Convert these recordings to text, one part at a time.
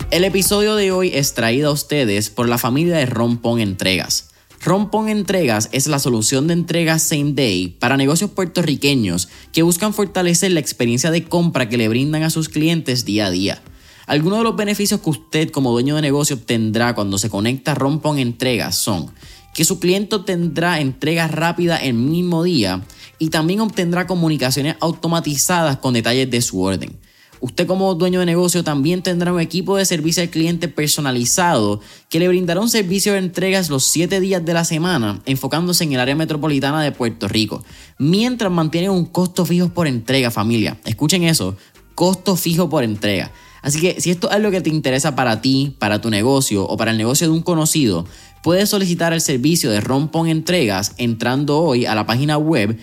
El episodio de hoy es traído a ustedes por la familia de Rompón Entregas. Rompón Entregas es la solución de entregas same day para negocios puertorriqueños que buscan fortalecer la experiencia de compra que le brindan a sus clientes día a día. Algunos de los beneficios que usted como dueño de negocio obtendrá cuando se conecta a Rompón Entregas son que su cliente obtendrá entregas rápidas el mismo día y también obtendrá comunicaciones automatizadas con detalles de su orden. Usted como dueño de negocio también tendrá un equipo de servicio al cliente personalizado que le brindará un servicio de entregas los 7 días de la semana, enfocándose en el área metropolitana de Puerto Rico, mientras mantiene un costo fijo por entrega, familia. Escuchen eso, costo fijo por entrega. Así que si esto es algo que te interesa para ti, para tu negocio o para el negocio de un conocido, puedes solicitar el servicio de Rompón Entregas entrando hoy a la página web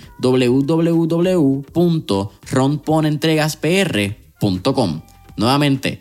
www.romponentregaspr.com. Nuevamente,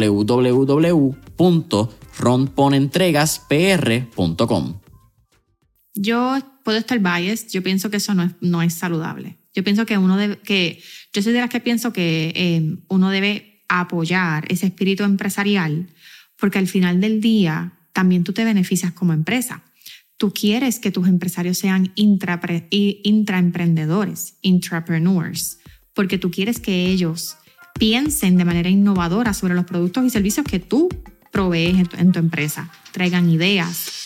www.romponentregaspr.com. Yo puedo estar biased, yo pienso que eso no es saludable. Yo pienso que yo soy de las que pienso que uno debe apoyar ese espíritu empresarial, porque al final del día también tú te beneficias como empresa. Tú quieres que tus empresarios sean intraemprendedores, intrapreneurs, porque tú quieres que ellos piensen de manera innovadora sobre los productos y servicios que tú provees en tu empresa, traigan ideas.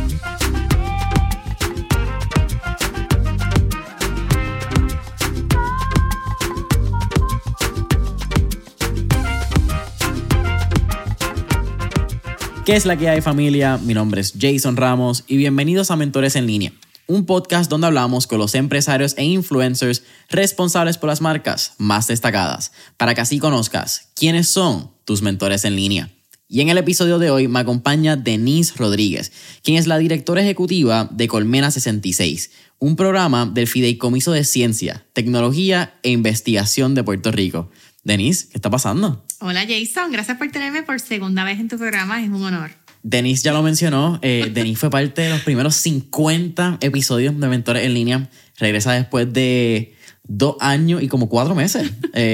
¿Qué es la que hay, familia? Mi nombre es Jason Ramos y bienvenidos a Mentores en Línea, un podcast donde hablamos con los empresarios e influencers responsables por las marcas más destacadas, para que así conozcas quiénes son tus mentores en línea. Y en el episodio de hoy me acompaña Denise Rodríguez, quien es la directora ejecutiva de Colmena 66, un programa del Fideicomiso de Ciencia, Tecnología e Investigación de Puerto Rico. Denise, ¿qué está pasando? Hola Jason, gracias por tenerme por segunda vez en tu programa, es un honor. Denise ya lo mencionó, Denise fue parte de los primeros 50 episodios de Mentores en Línea. Regresa después de 2 años y como 4 meses.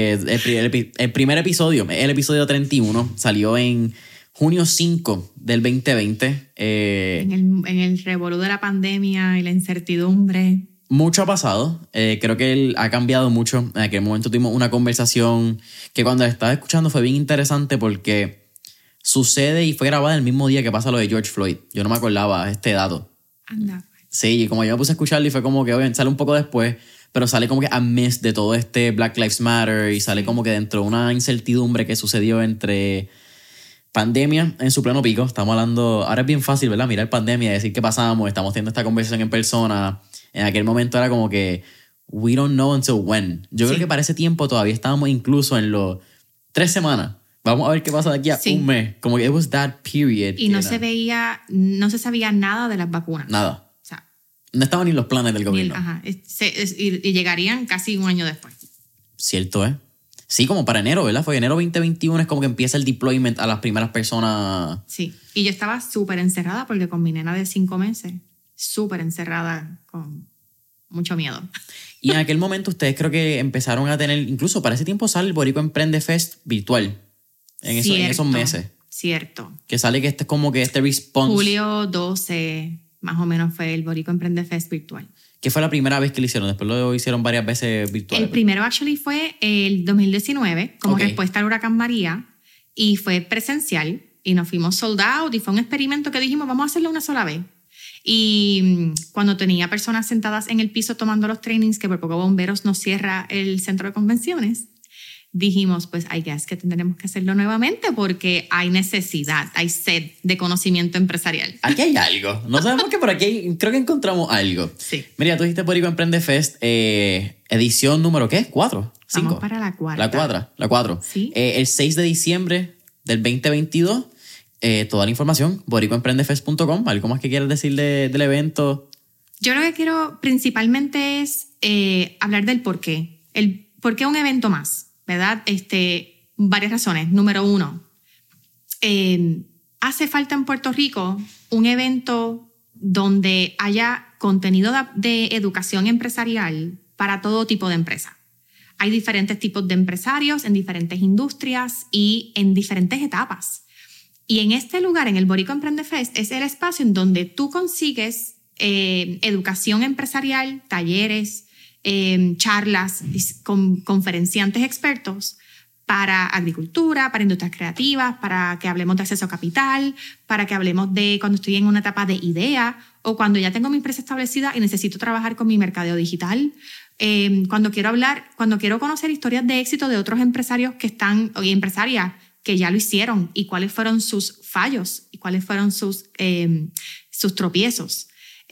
El primer episodio, el episodio 31, salió en junio 5 del 2020. En el revolú de la pandemia y la incertidumbre. Mucho ha pasado, creo que él ha cambiado mucho. En aquel momento tuvimos una conversación que cuando la estaba escuchando fue bien interesante porque sucede y fue grabada el mismo día que pasa lo de George Floyd. Yo no me acordaba este dato. Anda. Sí, y como yo me puse a escucharlo y fue como que, obviamente, sale un poco después, pero sale como que a mes de todo este Black Lives Matter y sale como que dentro de una incertidumbre que sucedió entre pandemia en su pleno pico. Estamos hablando, ahora es bien fácil, ¿verdad? Mirar pandemia y decir qué pasamos, estamos teniendo esta conversación en persona. En aquel momento era como que we don't know until when. Yo creo que para ese tiempo todavía estábamos incluso en los 3 semanas. Vamos a ver qué pasa de aquí a un mes. Como que it was that period. Y no se sabía nada de las vacunas. Nada. O sea, no estaban ni los planes del gobierno. Y llegarían casi un año después. Cierto, ¿eh? Sí, como para enero, ¿verdad? Fue enero 2021 es como que empieza el deployment a las primeras personas. Sí, y yo estaba súper encerrada porque con mi nena de 5 meses, súper encerrada con mucho miedo. Y en aquel momento ustedes creo que empezaron a tener, incluso para ese tiempo sale el Boricua Emprende Fest virtual. En esos meses. Cierto. Que sale que este es como que este response. Julio 12, más o menos, fue el Boricua Emprende Fest virtual. ¿Qué fue la primera vez que lo hicieron? Después lo hicieron varias veces virtual. El primero actually fue el 2019, como respuesta al huracán María, y fue presencial, y nos fuimos sold out, y fue un experimento que dijimos, vamos a hacerlo una sola vez. Y cuando tenía personas sentadas en el piso tomando los trainings, que por poco bomberos nos cierra el centro de convenciones, dijimos, pues I guess que tendremos que hacerlo nuevamente porque hay necesidad, hay sed de conocimiento empresarial. Aquí hay algo. No sabemos qué, pero aquí creo que encontramos algo. Sí. Mira, tú dijiste Boricua Emprende Fest, edición número, ¿qué? ¿4? ¿5? Vamos para la 4. La 4. Sí. El 6 de diciembre del 2022, toda la información, boricuaemprendefest.com. ¿Algo más que quieras decir del evento? Yo lo que quiero principalmente es hablar del por qué. El por qué un evento más, ¿verdad? Varias razones. Número 1, hace falta en Puerto Rico un evento donde haya contenido de educación empresarial para todo tipo de empresa. Hay diferentes tipos de empresarios en diferentes industrias y en diferentes etapas. Y en este lugar, en el Boricua Emprende Fest, es el espacio en donde tú consigues educación empresarial, talleres, charlas, conferenciantes expertos para agricultura, para industrias creativas, para que hablemos de acceso a capital, para que hablemos de cuando estoy en una etapa de idea o cuando ya tengo mi empresa establecida y necesito trabajar con mi mercadeo digital. Cuando quiero conocer historias de éxito de otros empresarios que están, y empresarias que ya lo hicieron y cuáles fueron sus fallos y cuáles fueron sus tropiezos.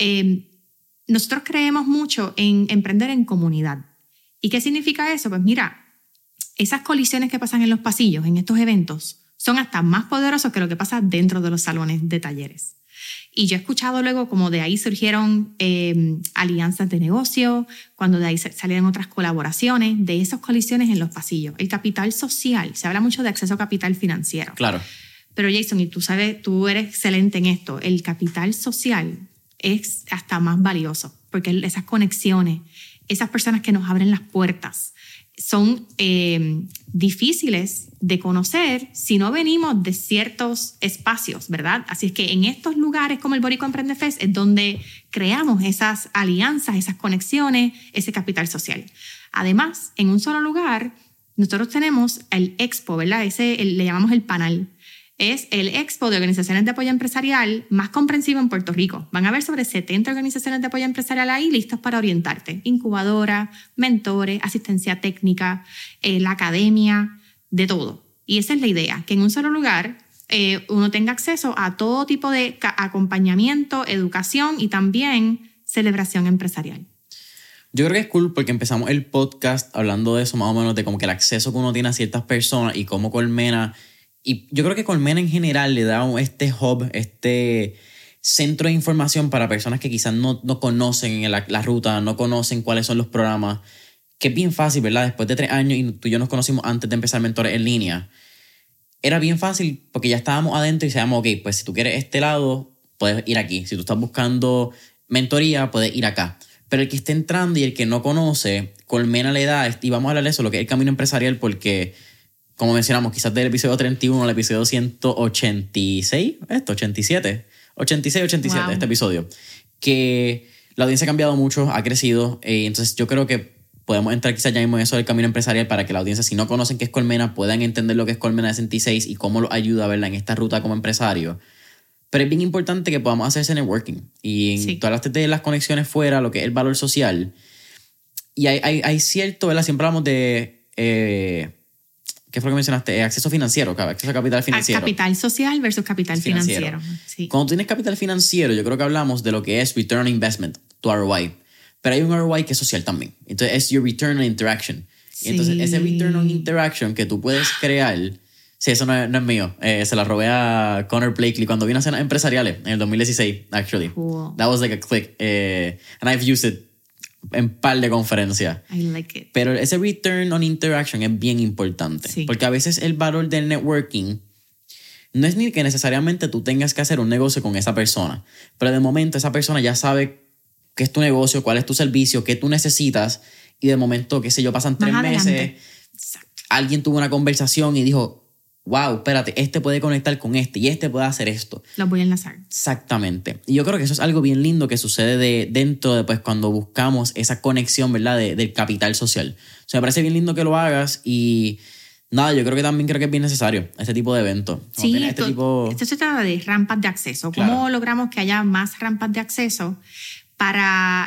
Nosotros creemos mucho en emprender en comunidad. ¿Y qué significa eso? Pues mira, esas colisiones que pasan en los pasillos, en estos eventos, son hasta más poderosos que lo que pasa dentro de los salones de talleres. Y yo he escuchado luego como de ahí surgieron alianzas de negocio, cuando de ahí salieron otras colaboraciones, de esas colisiones en los pasillos. El capital social, se habla mucho de acceso a capital financiero. Claro. Pero Jason, y tú sabes, tú eres excelente en esto, el capital social es hasta más valioso, porque esas conexiones, esas personas que nos abren las puertas, son difíciles de conocer si no venimos de ciertos espacios, ¿verdad? Así es que en estos lugares como el Boricua Emprende Fest es donde creamos esas alianzas, esas conexiones, ese capital social. Además, en un solo lugar, nosotros tenemos el Expo, ¿verdad? Le llamamos el panel. Es el Expo de Organizaciones de Apoyo Empresarial más comprensivo en Puerto Rico. Van a haber sobre 70 organizaciones de apoyo empresarial ahí listas para orientarte. Incubadora, mentores, asistencia técnica, la academia, de todo. Y esa es la idea, que en un solo lugar uno tenga acceso a todo tipo de acompañamiento, educación y también celebración empresarial. Yo creo que es cool porque empezamos el podcast hablando de eso más o menos, de como que el acceso que uno tiene a ciertas personas y cómo Colmena... Y yo creo que Colmena en general le da este hub, este centro de información para personas que quizás no conocen la ruta, no conocen cuáles son los programas, que es bien fácil, ¿verdad? Después de 3 años, y tú y yo nos conocimos antes de empezar Mentores en Línea, era bien fácil porque ya estábamos adentro y sabíamos, ok, pues si tú quieres este lado, puedes ir aquí. Si tú estás buscando mentoría, puedes ir acá. Pero el que esté entrando y el que no conoce, Colmena le da, y vamos a hablar de eso, lo que es el camino empresarial, porque... Como mencionamos, quizás del episodio 31 al episodio 186, 87, wow. Este episodio, que la audiencia ha cambiado mucho, ha crecido, entonces yo creo que podemos entrar quizás ya mismo en eso del camino empresarial para que la audiencia, si no conocen qué es Colmena, puedan entender lo que es Colmena 66 y cómo los ayuda a verla en esta ruta como empresario. Pero es bien importante que podamos hacer ese networking y todas las conexiones fuera, lo que es el valor social. Y hay cierto, ¿verdad? Siempre hablamos de... ¿Qué fue lo que mencionaste? Acceso financiero, acceso a capital financiero. Capital social versus capital financiero. Sí. Cuando tienes capital financiero, yo creo que hablamos de lo que es Return on Investment, tu ROI. Pero hay un ROI que es social también. Entonces es your Return on Interaction. Sí. Entonces ese Return on Interaction que tú puedes crear... Sí, eso no es mío. Se la robé a Connor Blakely cuando vino a cenas empresariales en el 2016, actually. Cool. That was like a click. And I've used it en par de conferencias. I like it. Pero ese return on interaction es bien importante. Sí. Porque a veces el valor del networking no es ni que necesariamente tú tengas que hacer un negocio con esa persona. Pero de momento esa persona ya sabe qué es tu negocio, cuál es tu servicio, qué tú necesitas. Y de momento, qué sé yo, pasan 3 meses. Exacto. Alguien tuvo una conversación y dijo... Wow, espérate, este puede conectar con este y este puede hacer esto. Los voy a enlazar. Exactamente. Y yo creo que eso es algo bien lindo que sucede dentro de pues, cuando buscamos esa conexión, ¿verdad? Del capital social. O sea, me parece bien lindo que lo hagas y nada, yo creo que también creo que es bien necesario este tipo de eventos. Sí, esto se trata de rampas de acceso. ¿Cómo claro. logramos que haya más rampas de acceso para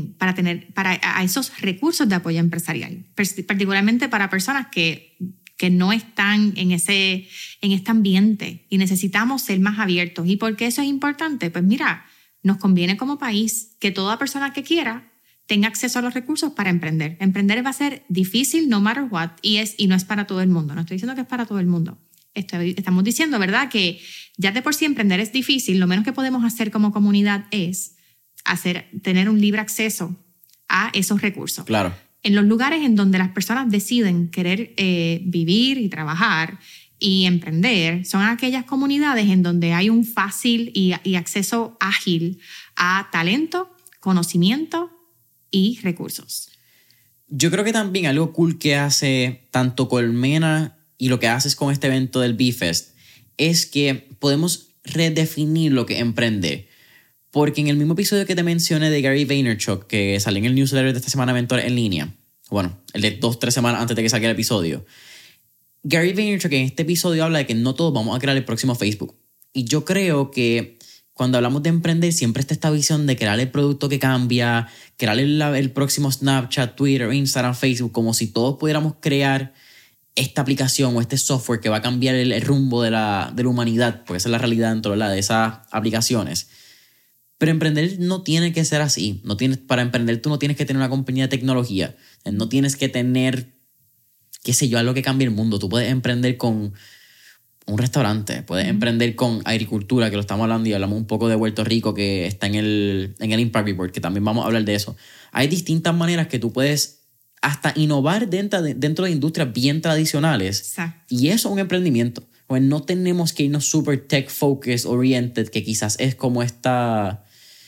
a esos recursos de apoyo empresarial? Particularmente para personas que no están en este ambiente y necesitamos ser más abiertos. ¿Y por qué eso es importante? Pues mira, nos conviene como país que toda persona que quiera tenga acceso a los recursos para emprender. Emprender va a ser difícil no matter what y no es para todo el mundo. No estoy diciendo que es para todo el mundo. Estamos diciendo, ¿verdad?, que ya de por sí emprender es difícil. Lo menos que podemos hacer como comunidad es tener un libre acceso a esos recursos. Claro. En los lugares en donde las personas deciden querer vivir y trabajar y emprender, son aquellas comunidades en donde hay un fácil y acceso ágil a talento, conocimiento y recursos. Yo creo que también algo cool que hace tanto Colmena y lo que haces con este evento del B-Fest es que podemos redefinir lo que es emprender. Porque en el mismo episodio que te mencioné de Gary Vaynerchuk, que salió en el newsletter de esta semana Mentor en línea, bueno, el de 2-3 semanas antes de que saque el episodio, Gary Vaynerchuk en este episodio habla de que no todos vamos a crear el próximo Facebook. Y yo creo que cuando hablamos de emprender siempre está esta visión de crear el producto que cambia, crear el próximo Snapchat, Twitter, Instagram, Facebook, como si todos pudiéramos crear esta aplicación o este software que va a cambiar el rumbo de la humanidad, porque esa es la realidad dentro de esas aplicaciones. Pero emprender no tiene que ser así. Para emprender tú no tienes que tener una compañía de tecnología. No tienes que tener, qué sé yo, algo que cambie el mundo. Tú puedes emprender con un restaurante, puedes emprender con agricultura, que lo estamos hablando y hablamos un poco de Puerto Rico, que está en el Impact Report, que también vamos a hablar de eso. Hay distintas maneras que tú puedes hasta innovar dentro de industrias bien tradicionales. Exacto. Y eso es un emprendimiento. Pues no tenemos que irnos super tech focus oriented, que quizás es como esta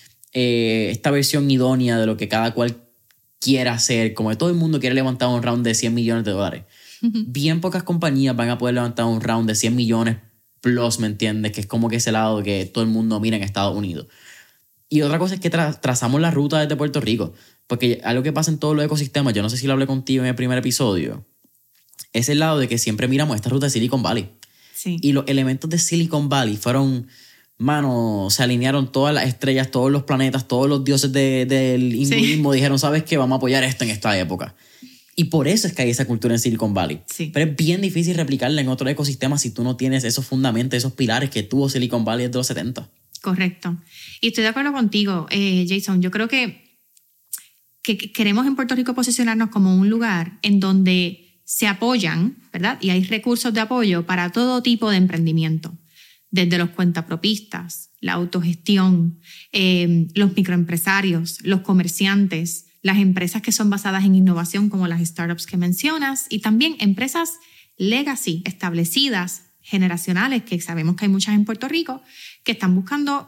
versión idónea de lo que cada cual quiera hacer, como que todo el mundo quiere levantar un round de $100 millones. Bien pocas compañías van a poder levantar un round de 100 millones plus, ¿me entiendes? Que es como que ese lado que todo el mundo mira en Estados Unidos. Y otra cosa es que trazamos la ruta desde Puerto Rico, porque algo que pasa en todos los ecosistemas, yo no sé si lo hablé contigo en el primer episodio, es el lado de que siempre miramos esta ruta de Silicon Valley. Sí. Y los elementos de Silicon Valley fueron, mano, se alinearon todas las estrellas, todos los planetas, todos los dioses del hinduismo, dijeron, ¿sabes qué? Vamos a apoyar esto en esta época. Y por eso es que hay esa cultura en Silicon Valley. Sí. Pero es bien difícil replicarla en otros ecosistemas si tú no tienes esos fundamentos, esos pilares que tuvo Silicon Valley desde los 70. Correcto. Y estoy de acuerdo contigo, Jason. Yo creo que queremos en Puerto Rico posicionarnos como un lugar en donde se apoyan, ¿verdad? Y hay recursos de apoyo para todo tipo de emprendimiento. Desde los cuentapropistas, la autogestión, los microempresarios, los comerciantes, las empresas que son basadas en innovación como las startups que mencionas y también empresas legacy, establecidas, generacionales, que sabemos que hay muchas en Puerto Rico, que están buscando,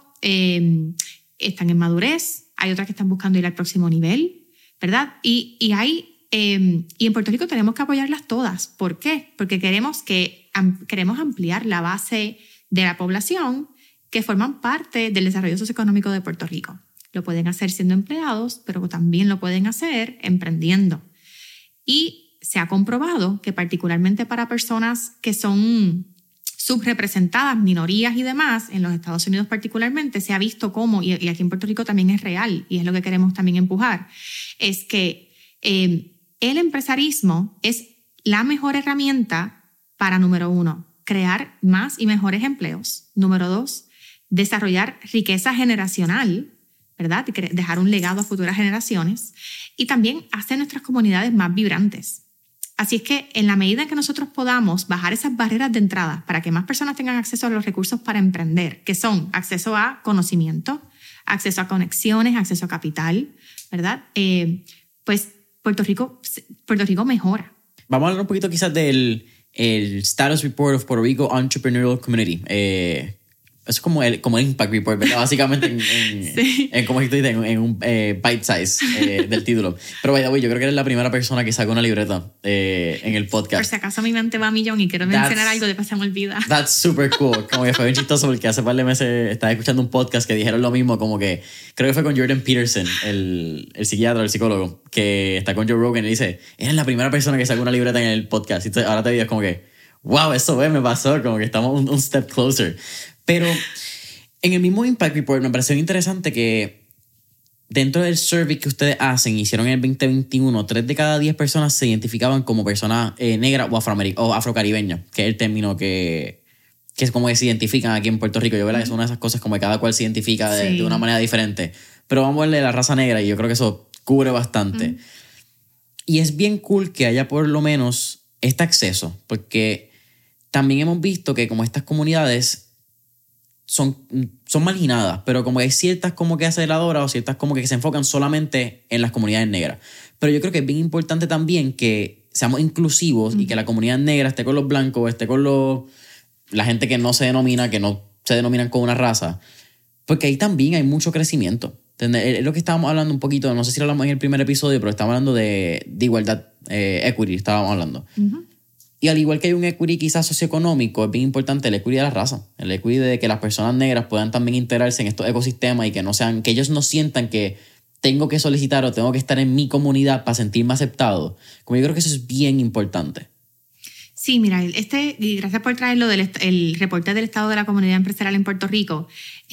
están en madurez, hay otras que están buscando ir al próximo nivel, ¿verdad? Y en Puerto Rico tenemos que apoyarlas todas. ¿Por qué? Porque queremos ampliar la base de la población que forman parte del desarrollo socioeconómico de Puerto Rico. Lo pueden hacer siendo empleados, pero también lo pueden hacer emprendiendo. Y se ha comprobado que particularmente para personas que son subrepresentadas, minorías y demás, en los Estados Unidos particularmente, se ha visto cómo, y aquí en Puerto Rico también es real, y es lo que queremos también empujar, es que el empresarismo es la mejor herramienta para, número 1, crear más y mejores empleos. Número 2, desarrollar riqueza generacional, ¿verdad? Dejar un legado a futuras generaciones y también hacer nuestras comunidades más vibrantes. Así es que en la medida en que nosotros podamos bajar esas barreras de entrada para que más personas tengan acceso a los recursos para emprender, que son acceso a conocimiento, acceso a conexiones, acceso a capital, ¿verdad? Pues Puerto Rico mejora. Vamos a hablar un poquito quizás del Status Report of Puerto Rico Entrepreneurial Community. Es como el Impact Report, ¿verdad? Básicamente en un bite size del título. Pero by the way, yo creo que eres la primera persona que sacó una libreta en el podcast. Por si acaso mi mente va a millón y quiero mencionar algo, después se me olvida. That's super cool. Como que fue bien chistoso porque hace par de meses estaba escuchando un podcast que dijeron lo mismo, como que creo que fue con Jordan Peterson, el psiquiatra, el psicólogo, que está con Joe Rogan y dice, eres la primera persona que sacó una libreta en el podcast. Y entonces ahora te digo como que, wow, eso me pasó, como que estamos un step closer. Pero en el mismo Impact Report me pareció interesante que dentro del survey que ustedes hicieron en el 2021, 3 de cada 10 personas se identificaban como personas negras o afrocaribeñas, que es el término que es como que se identifican aquí en Puerto Rico. Yo creo que es una de esas cosas como que cada cual se identifica de una manera diferente. Pero vamos a verle la raza negra y yo creo que eso cubre bastante. Y es bien cool que haya por lo menos este acceso, porque también hemos visto que como estas comunidades son marginadas, pero como hay ciertas como que aceleradoras o ciertas como que se enfocan solamente en las comunidades negras. Pero yo creo que es bien importante también que seamos inclusivos y que la comunidad negra esté con los blancos, esté con la gente que no se denominan con una raza, porque ahí también hay mucho crecimiento. ¿Entendés? Es lo que estábamos hablando un poquito, no sé si lo hablamos en el primer episodio, pero estábamos hablando de igualdad, equity, estábamos hablando. Y al igual que hay un equity quizás socioeconómico, es bien importante el equity de la raza. El equity de que las personas negras puedan también integrarse en estos ecosistemas y que ellos no sientan que tengo que solicitar o tengo que estar en mi comunidad para sentirme aceptado. Como yo creo que eso es bien importante. Sí, mira, y gracias por traerlo el reporte del estado de la comunidad empresarial en Puerto Rico.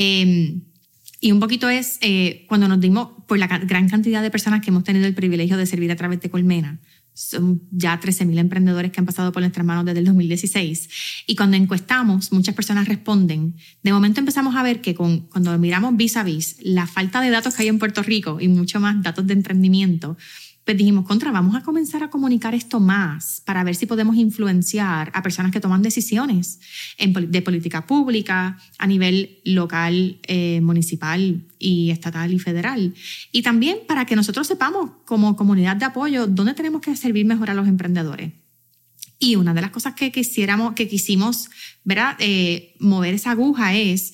Y un poquito es cuando nos dimos por la gran cantidad de personas que hemos tenido el privilegio de servir a través de Colmena. Son ya 13,000 emprendedores que han pasado por nuestras manos desde el 2016. Y cuando encuestamos, muchas personas responden. De momento empezamos a ver que cuando miramos vis a vis la falta de datos que hay en Puerto Rico y mucho más datos de emprendimiento, pues dijimos, vamos a comenzar a comunicar esto más para ver si podemos influenciar a personas que toman decisiones de política pública a nivel local, municipal y estatal y federal. Y también para que nosotros sepamos como comunidad de apoyo dónde tenemos que servir mejor a los emprendedores. Y una de las cosas que quisimos, ¿verdad? Mover esa aguja es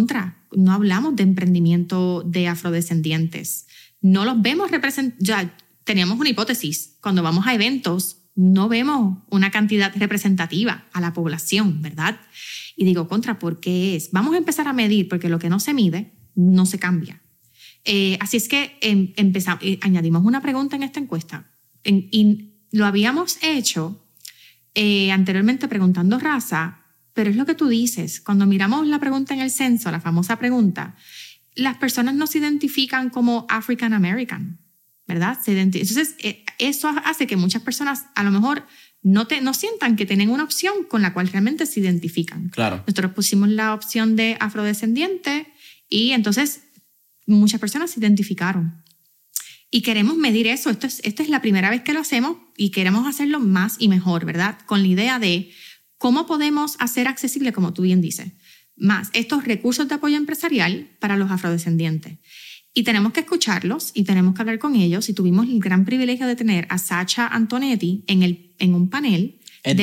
no hablamos de emprendimiento de afrodescendientes. No los vemos representados. Teníamos una hipótesis. Cuando vamos a eventos, no vemos una cantidad representativa a la población, ¿verdad? Y digo, ¿por qué es? Vamos a empezar a medir, porque lo que no se mide, no se cambia. Así es que añadimos una pregunta en esta encuesta. Y lo habíamos hecho anteriormente preguntando raza, pero es lo que tú dices. Cuando miramos la pregunta en el censo, la famosa pregunta, las personas no se identifican como African American, ¿verdad? Entonces, eso hace que muchas personas a lo mejor no sientan que tienen una opción con la cual realmente se identifican. Claro. Nosotros pusimos la opción de afrodescendiente y entonces muchas personas se identificaron. Y queremos medir eso. Esta es la primera vez que lo hacemos y queremos hacerlo más y mejor, ¿verdad? Con la idea de cómo podemos hacer accesible, como tú bien dices, más estos recursos de apoyo empresarial para los afrodescendientes. Y tenemos que escucharlos y tenemos que hablar con ellos. Y tuvimos el gran privilegio de tener a Sacha Antonetti en un panel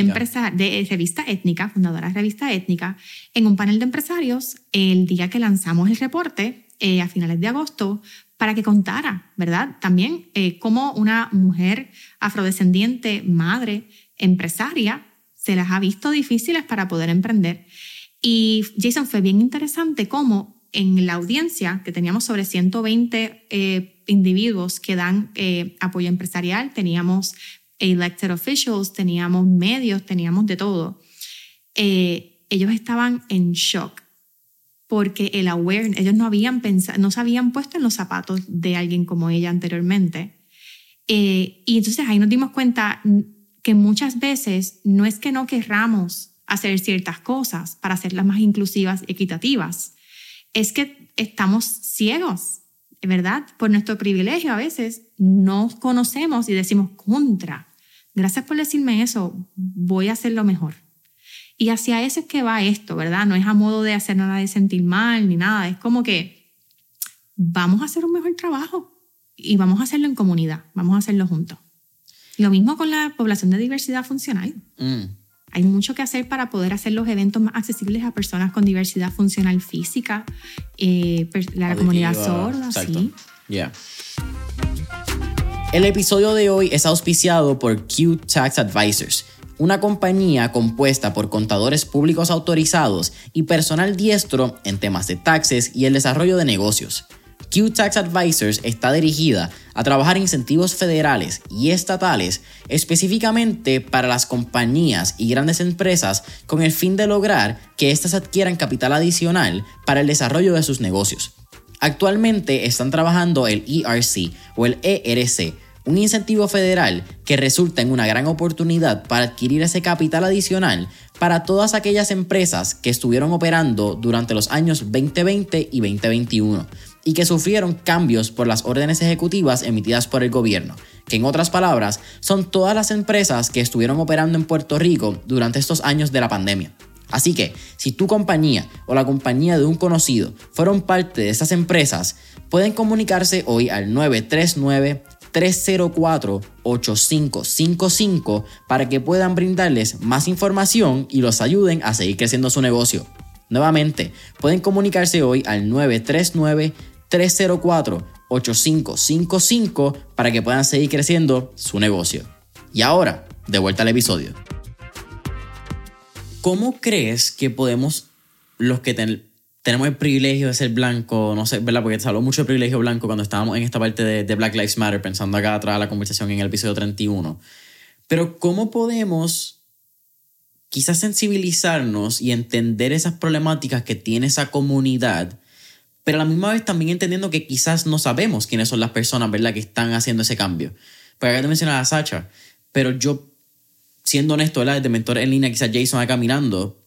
de Revista Étnica, fundadora de Revista Étnica, en un panel de empresarios el día que lanzamos el reporte a finales de agosto para que contara, ¿verdad? También cómo una mujer afrodescendiente, madre, empresaria, se las ha visto difíciles para poder emprender. Y Jason, fue bien interesante cómo en la audiencia, que teníamos sobre 120 individuos que dan apoyo empresarial, teníamos elected officials, teníamos medios, teníamos de todo. Ellos estaban en shock porque ellos no se habían puesto en los zapatos de alguien como ella anteriormente. Y entonces ahí nos dimos cuenta que muchas veces no es que no querramos hacer ciertas cosas para hacerlas más inclusivas y equitativas, es que estamos ciegos, ¿verdad? Por nuestro privilegio a veces no conocemos y decimos, gracias por decirme eso, voy a hacerlo mejor. Y hacia eso es que va esto, ¿verdad? No es a modo de hacer nada de sentir mal ni nada, es como que vamos a hacer un mejor trabajo y vamos a hacerlo en comunidad, vamos a hacerlo juntos. Lo mismo con la población de diversidad funcional. Hay mucho que hacer para poder hacer los eventos más accesibles a personas con diversidad funcional física, la comunidad sorda, sí. Yeah. El episodio de hoy es auspiciado por Q Tax Advisors, una compañía compuesta por contadores públicos autorizados y personal diestro en temas de taxes y el desarrollo de negocios. Q Tax Advisors está dirigida a trabajar incentivos federales y estatales específicamente para las compañías y grandes empresas con el fin de lograr que éstas adquieran capital adicional para el desarrollo de sus negocios. Actualmente están trabajando el ERC o el ERC, un incentivo federal que resulta en una gran oportunidad para adquirir ese capital adicional para todas aquellas empresas que estuvieron operando durante los años 2020 y 2021 y que sufrieron cambios por las órdenes ejecutivas emitidas por el gobierno, que en otras palabras son todas las empresas que estuvieron operando en Puerto Rico durante estos años de la pandemia. Así que, si tu compañía o la compañía de un conocido fueron parte de esas empresas, pueden comunicarse hoy al 939-304-8555 para que puedan brindarles más información y los ayuden a seguir creciendo su negocio. Nuevamente, pueden comunicarse hoy al 939-304-8555 para que puedan seguir creciendo su negocio. Y ahora, de vuelta al episodio. ¿Cómo crees que podemos, los que tenemos el privilegio de ser blanco, no sé, ¿verdad? Porque se habló mucho de privilegio blanco cuando estábamos en esta parte de Black Lives Matter, pensando acá atrás de la conversación en el episodio 31. Pero ¿cómo podemos quizás sensibilizarnos y entender esas problemáticas que tiene esa comunidad, pero a la misma vez también entendiendo que quizás no sabemos quiénes son las personas, ¿verdad?, que están haciendo ese cambio? Porque acá te mencionaba a Sacha, pero yo, siendo honesto, ¿verdad?, desde mentor en línea, quizás Jason acá mirando,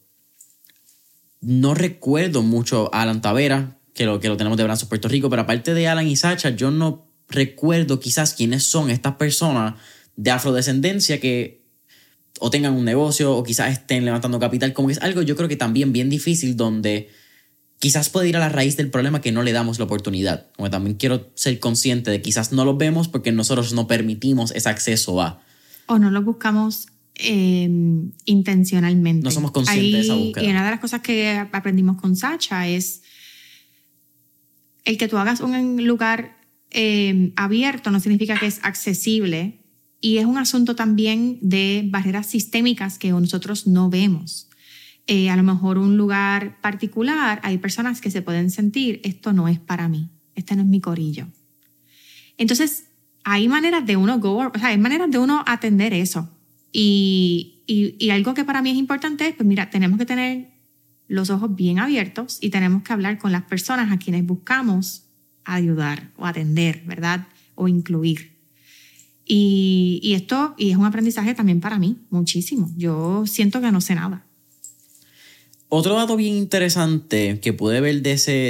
no recuerdo mucho a Alan Tavera, que lo tenemos de Brazos, Puerto Rico, pero aparte de Alan y Sacha, yo no recuerdo quizás quiénes son estas personas de afrodescendencia que o tengan un negocio o quizás estén levantando capital, como que es algo yo creo que también bien difícil, donde quizás puede ir a la raíz del problema que no le damos la oportunidad. Como también quiero ser consciente de que quizás no los vemos porque nosotros no permitimos ese acceso a... O no los buscamos intencionalmente. No somos conscientes de esa búsqueda. Y una de las cosas que aprendimos con Sacha es el que tú hagas un lugar abierto no significa que es accesible, y es un asunto también de barreras sistémicas que nosotros no vemos. A lo mejor un lugar particular, hay personas que se pueden sentir, esto no es para mí, este no es mi corillo. Entonces, hay maneras de uno hay maneras de uno atender eso. Y algo que para mí es importante es, pues mira, tenemos que tener los ojos bien abiertos y tenemos que hablar con las personas a quienes buscamos ayudar o atender, ¿verdad? O incluir. Y esto es un aprendizaje también para mí, muchísimo. Yo siento que no sé nada. Otro dato bien interesante que pude ver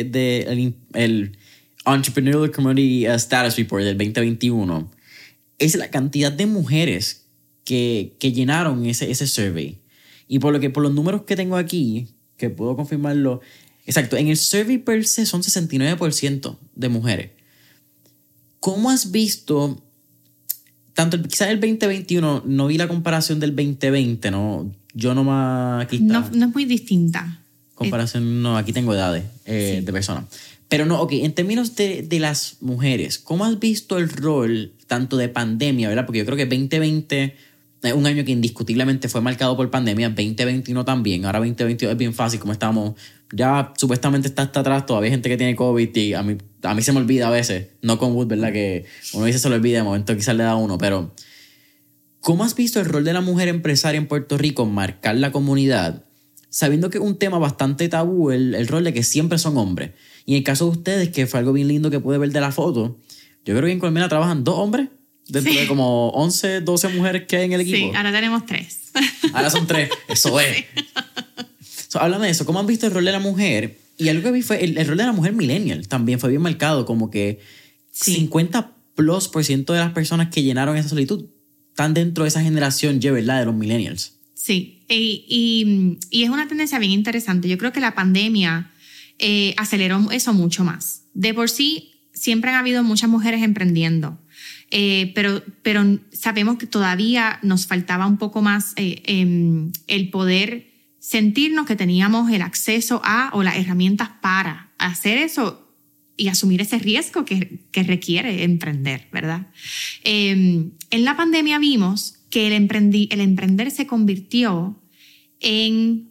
el Entrepreneurial Community Status Report del 2021 es la cantidad de mujeres que llenaron ese survey. Y por los números que tengo aquí, que puedo confirmarlo, exacto, en el survey per se son 69% de mujeres. ¿Cómo has visto, quizás el 2021, no vi la comparación del 2020, ¿no? Yo nomás... Aquí está. No es muy distinta. Comparación, no, aquí tengo edades sí, de personas. Pero no, ok, en términos de las mujeres, ¿cómo has visto el rol tanto de pandemia, ¿verdad? Porque yo creo que 2020 es un año que indiscutiblemente fue marcado por pandemia, 2021 también, ahora 2022 es bien fácil, como estamos, ya supuestamente está hasta atrás, todavía hay gente que tiene COVID y a mí se me olvida a veces, no con Wood, ¿verdad? Que uno dice se lo olvida, de momento quizás le da uno, pero ¿cómo has visto el rol de la mujer empresaria en Puerto Rico marcar la comunidad, sabiendo que es un tema bastante tabú, el rol de que siempre son hombres? Y en el caso de ustedes, que fue algo bien lindo que pude ver de la foto, yo creo que en Colmena trabajan 2 hombres, dentro de como 11, 12 mujeres que hay en el equipo. Sí, ahora tenemos 3. Ahora son 3, eso es. Sí. Háblame de eso, ¿cómo han visto el rol de la mujer? Y algo que vi fue el rol de la mujer millennial, también fue bien marcado, como que sí. 50% de las personas que llenaron esa solicitud están dentro de esa generación, ¿verdad?, de los millennials. Sí, y es una tendencia bien interesante. Yo creo que la pandemia aceleró eso mucho más. De por sí, siempre han habido muchas mujeres emprendiendo, pero sabemos que todavía nos faltaba un poco más el poder sentirnos que teníamos el acceso a o las herramientas para hacer eso y asumir ese riesgo que requiere emprender, ¿verdad? En la pandemia vimos que el emprender se convirtió en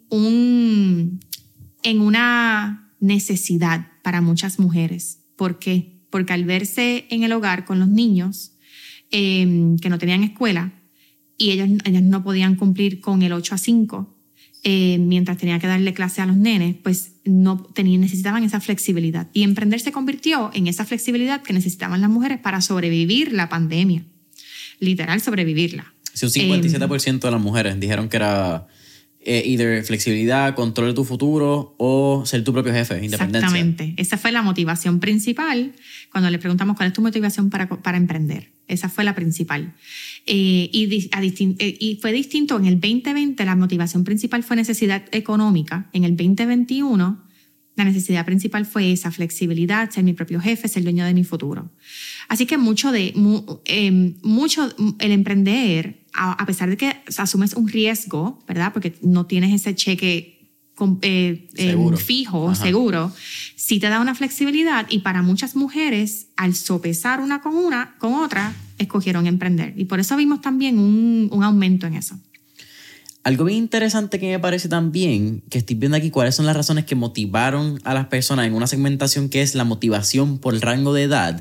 una necesidad para muchas mujeres. ¿Por qué? Porque al verse en el hogar con los niños que no tenían escuela y ellas no podían cumplir con el 8 a 5, mientras tenía que darle clase a los nenes, pues necesitaban esa flexibilidad. Y emprender se convirtió en esa flexibilidad que necesitaban las mujeres para sobrevivir la pandemia. Literal, sobrevivirla. Sí, un 57% de las mujeres dijeron que era either flexibilidad, control de tu futuro o ser tu propio jefe, independencia. Exactamente. Esa fue la motivación principal cuando le preguntamos cuál es tu motivación para emprender. Esa fue la principal. Y fue distinto. En el 2020 la motivación principal fue necesidad económica. En el 2021 la necesidad principal fue esa flexibilidad, ser mi propio jefe, ser dueño de mi futuro. Así que mucho el emprender, a pesar de que asumes un riesgo, ¿verdad? Porque no tienes ese cheque fijo, seguro, sí te da una flexibilidad, y para muchas mujeres, al sopesar una con otra, escogieron emprender. Y por eso vimos también un aumento en eso. Algo bien interesante que me parece también, que estoy viendo aquí cuáles son las razones que motivaron a las personas en una segmentación que es la motivación por rango de edad,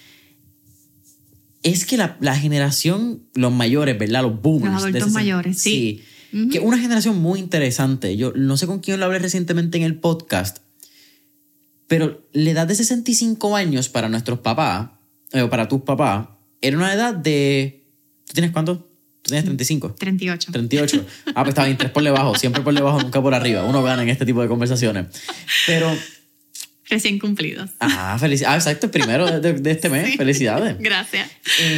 es que la generación, los mayores, ¿verdad? Los boomers. Los adultos mayores, sí. Que es una generación muy interesante. Yo no sé con quién lo hablé recientemente en el podcast, pero la edad de 65 años para nuestros papás, o para tus papás, era una edad de... ¿Tú tienes cuánto? ¿Tú tienes 35? 38. 38. Ah, pues está bien, 3 por debajo. Siempre por debajo, nunca por arriba. Uno gana en este tipo de conversaciones. Pero... Recién cumplidos. Felicidades. Exacto, el primero de este mes. Sí. Felicidades. Gracias.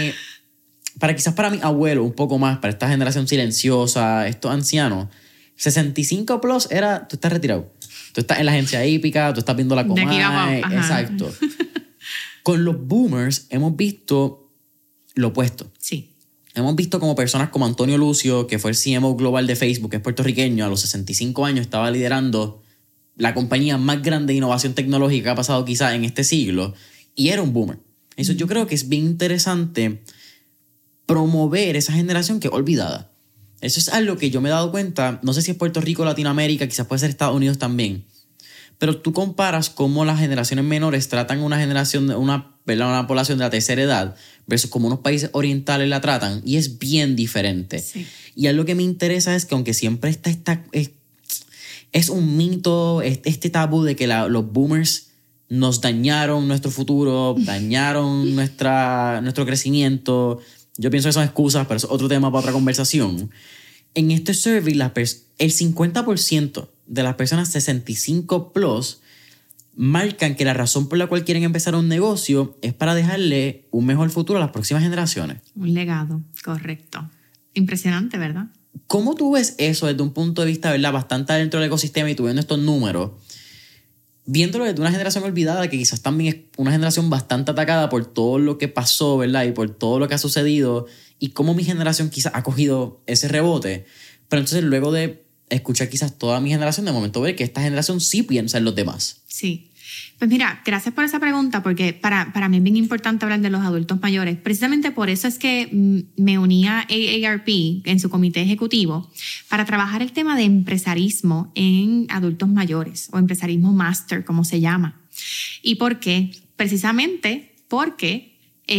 Quizás para mi abuelo, un poco más, para esta generación silenciosa, estos ancianos, 65 plus era, tú estás retirado. Tú estás en la agencia hípica, tú estás viendo la Comay. Exacto. Con los boomers hemos visto lo opuesto. Sí. Hemos visto como personas como Antonio Lucio, que fue el CMO global de Facebook, que es puertorriqueño, a los 65 años estaba liderando la compañía más grande de innovación tecnológica que ha pasado quizás en este siglo, y era un boomer. Eso yo creo que es bien interesante promover esa generación que es olvidada. Eso es algo que yo me he dado cuenta, no sé si es Puerto Rico, Latinoamérica, quizás puede ser Estados Unidos también, pero tú comparas cómo las generaciones menores tratan una generación, una población de la tercera edad versus cómo unos países orientales la tratan, y es bien diferente. Sí. Y algo que me interesa es que aunque siempre está es un mito, este tabú de que los boomers nos dañaron nuestro futuro, dañaron nuestro crecimiento. Yo pienso que son excusas, pero eso es otro tema para otra conversación. En este survey, el 50% de las personas 65 plus marcan que la razón por la cual quieren empezar un negocio es para dejarle un mejor futuro a las próximas generaciones. Un legado, correcto. Impresionante, ¿verdad? ¿Cómo tú ves eso desde un punto de vista, ¿verdad?, bastante dentro del ecosistema y tú viendo estos números, viéndolo desde una generación olvidada que quizás también es una generación bastante atacada por todo lo que pasó, ¿verdad?, y por todo lo que ha sucedido, y cómo mi generación quizás ha cogido ese rebote? Pero entonces luego de escuchar quizás toda mi generación, de momento ver que esta generación sí piensa en los demás. Sí. Pues mira, gracias por esa pregunta, porque para mí es bien importante hablar de los adultos mayores. Precisamente por eso es que me uní a AARP en su comité ejecutivo para trabajar el tema de empresarismo en adultos mayores, o empresarismo máster, como se llama. ¿Y por qué? Precisamente porque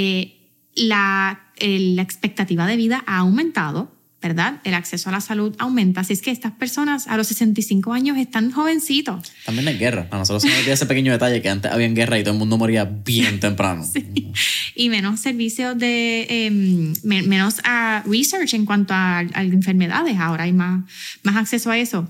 la expectativa de vida ha aumentado, ¿verdad? El acceso a la salud aumenta. Así es que estas personas a los 65 años están jovencitos. También hay guerra. A nosotros se nos olvida ese pequeño detalle que antes había guerra y todo el mundo moría bien temprano. Sí. Y menos servicios menos research en cuanto a enfermedades. Ahora hay más acceso a eso.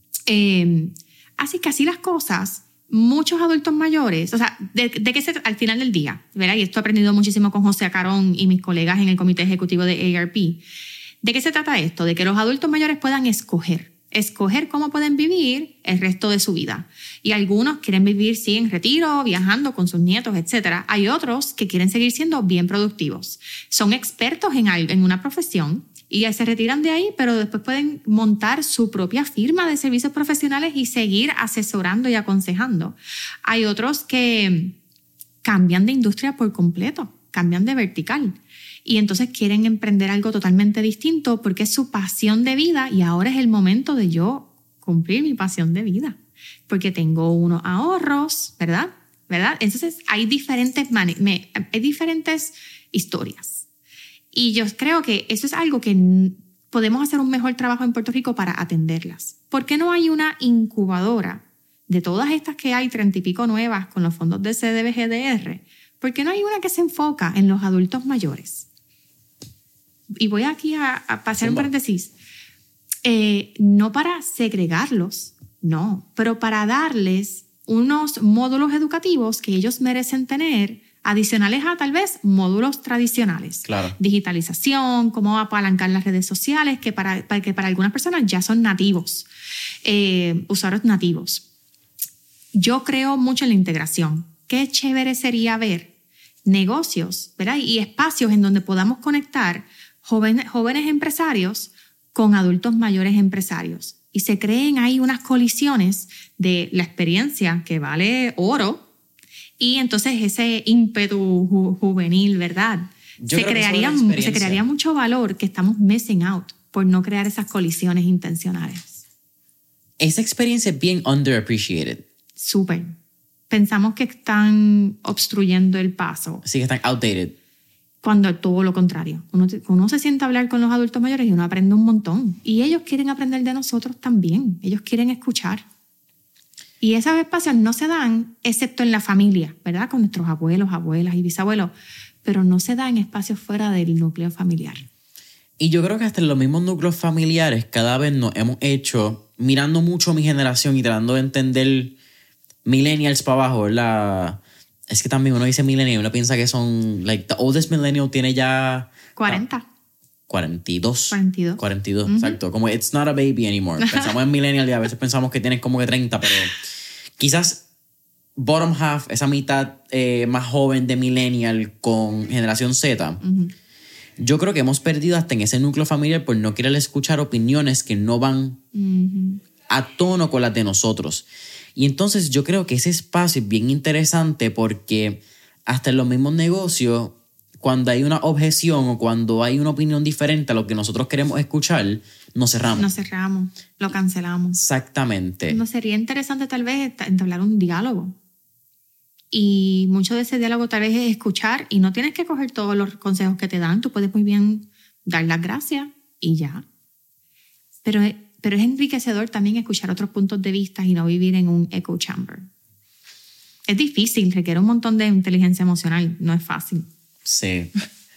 Así que así las cosas, muchos adultos mayores, o sea, de qué se al final del día, ¿verdad? Y esto he aprendido muchísimo con José Acarón y mis colegas en el comité ejecutivo de AARP. ¿De qué se trata esto? De que los adultos mayores puedan escoger cómo pueden vivir el resto de su vida. Y algunos quieren vivir, sí, en retiro, viajando con sus nietos, etc. Hay otros que quieren seguir siendo bien productivos. Son expertos en una profesión y se retiran de ahí, pero después pueden montar su propia firma de servicios profesionales y seguir asesorando y aconsejando. Hay otros que cambian de industria por completo, cambian de vertical. Y entonces quieren emprender algo totalmente distinto porque es su pasión de vida, y ahora es el momento de yo cumplir mi pasión de vida porque tengo unos ahorros, ¿verdad? Entonces hay diferentes historias, y yo creo que eso es algo que podemos hacer un mejor trabajo en Puerto Rico para atenderlas. ¿Por qué no hay una incubadora de todas estas que hay, 30 y pico nuevas con los fondos del CDBGDR? ¿Por qué no hay una que se enfoca en los adultos mayores? Y voy aquí a pasar un paréntesis. No para segregarlos, no, pero para darles unos módulos educativos que ellos merecen tener, adicionales a tal vez módulos tradicionales. Claro. Digitalización, cómo apalancar las redes sociales, que para algunas personas ya son nativos, usuarios nativos. Yo creo mucho en la integración. Qué chévere sería ver negocios, ¿verdad?, y espacios en donde podamos conectar jóvenes empresarios con adultos mayores empresarios, y se creen ahí unas colisiones de la experiencia que vale oro, y entonces ese ímpetu juvenil, ¿verdad? Se crearía mucho valor que estamos missing out. por no crear esas colisiones intencionales. Esa experiencia es bien underappreciated. Súper. Pensamos que están obstruyendo el paso. Sí, que están outdated. Cuando es todo lo contrario. Uno se sienta a hablar con los adultos mayores y uno aprende un montón. Y ellos quieren aprender de nosotros también. Ellos quieren escuchar. Y esos espacios no se dan excepto en la familia, ¿verdad? Con nuestros abuelos, abuelas y bisabuelos. Pero no se dan espacios fuera del núcleo familiar. Y yo creo que hasta en los mismos núcleos familiares cada vez nos hemos hecho, mirando mucho a mi generación y tratando de entender millennials para abajo, ¿verdad? Es que también uno dice millennial, uno piensa que son, like, the oldest millennial tiene ya... 40. 42. 42. Exacto. Como it's not a baby anymore. Pensamos en millennial y a veces pensamos que tienen como que 30, pero quizás bottom half, esa mitad más joven de millennial con generación Z, yo creo que hemos perdido hasta en ese núcleo familiar por no querer escuchar opiniones que no van a tono con las de nosotros. Y entonces yo creo que ese espacio es bien interesante porque hasta en los mismos negocios, cuando hay una objeción o cuando hay una opinión diferente a lo que nosotros queremos escuchar, nos cerramos. Nos cerramos, lo cancelamos. Exactamente. No sería interesante tal vez entablar un diálogo. Y mucho de ese diálogo tal vez es escuchar y no tienes que coger todos los consejos que te dan. Tú puedes muy bien dar las gracias y ya. Pero es enriquecedor también escuchar otros puntos de vista y no vivir en un echo chamber. Es difícil, requiere un montón de inteligencia emocional, no es fácil. Sí.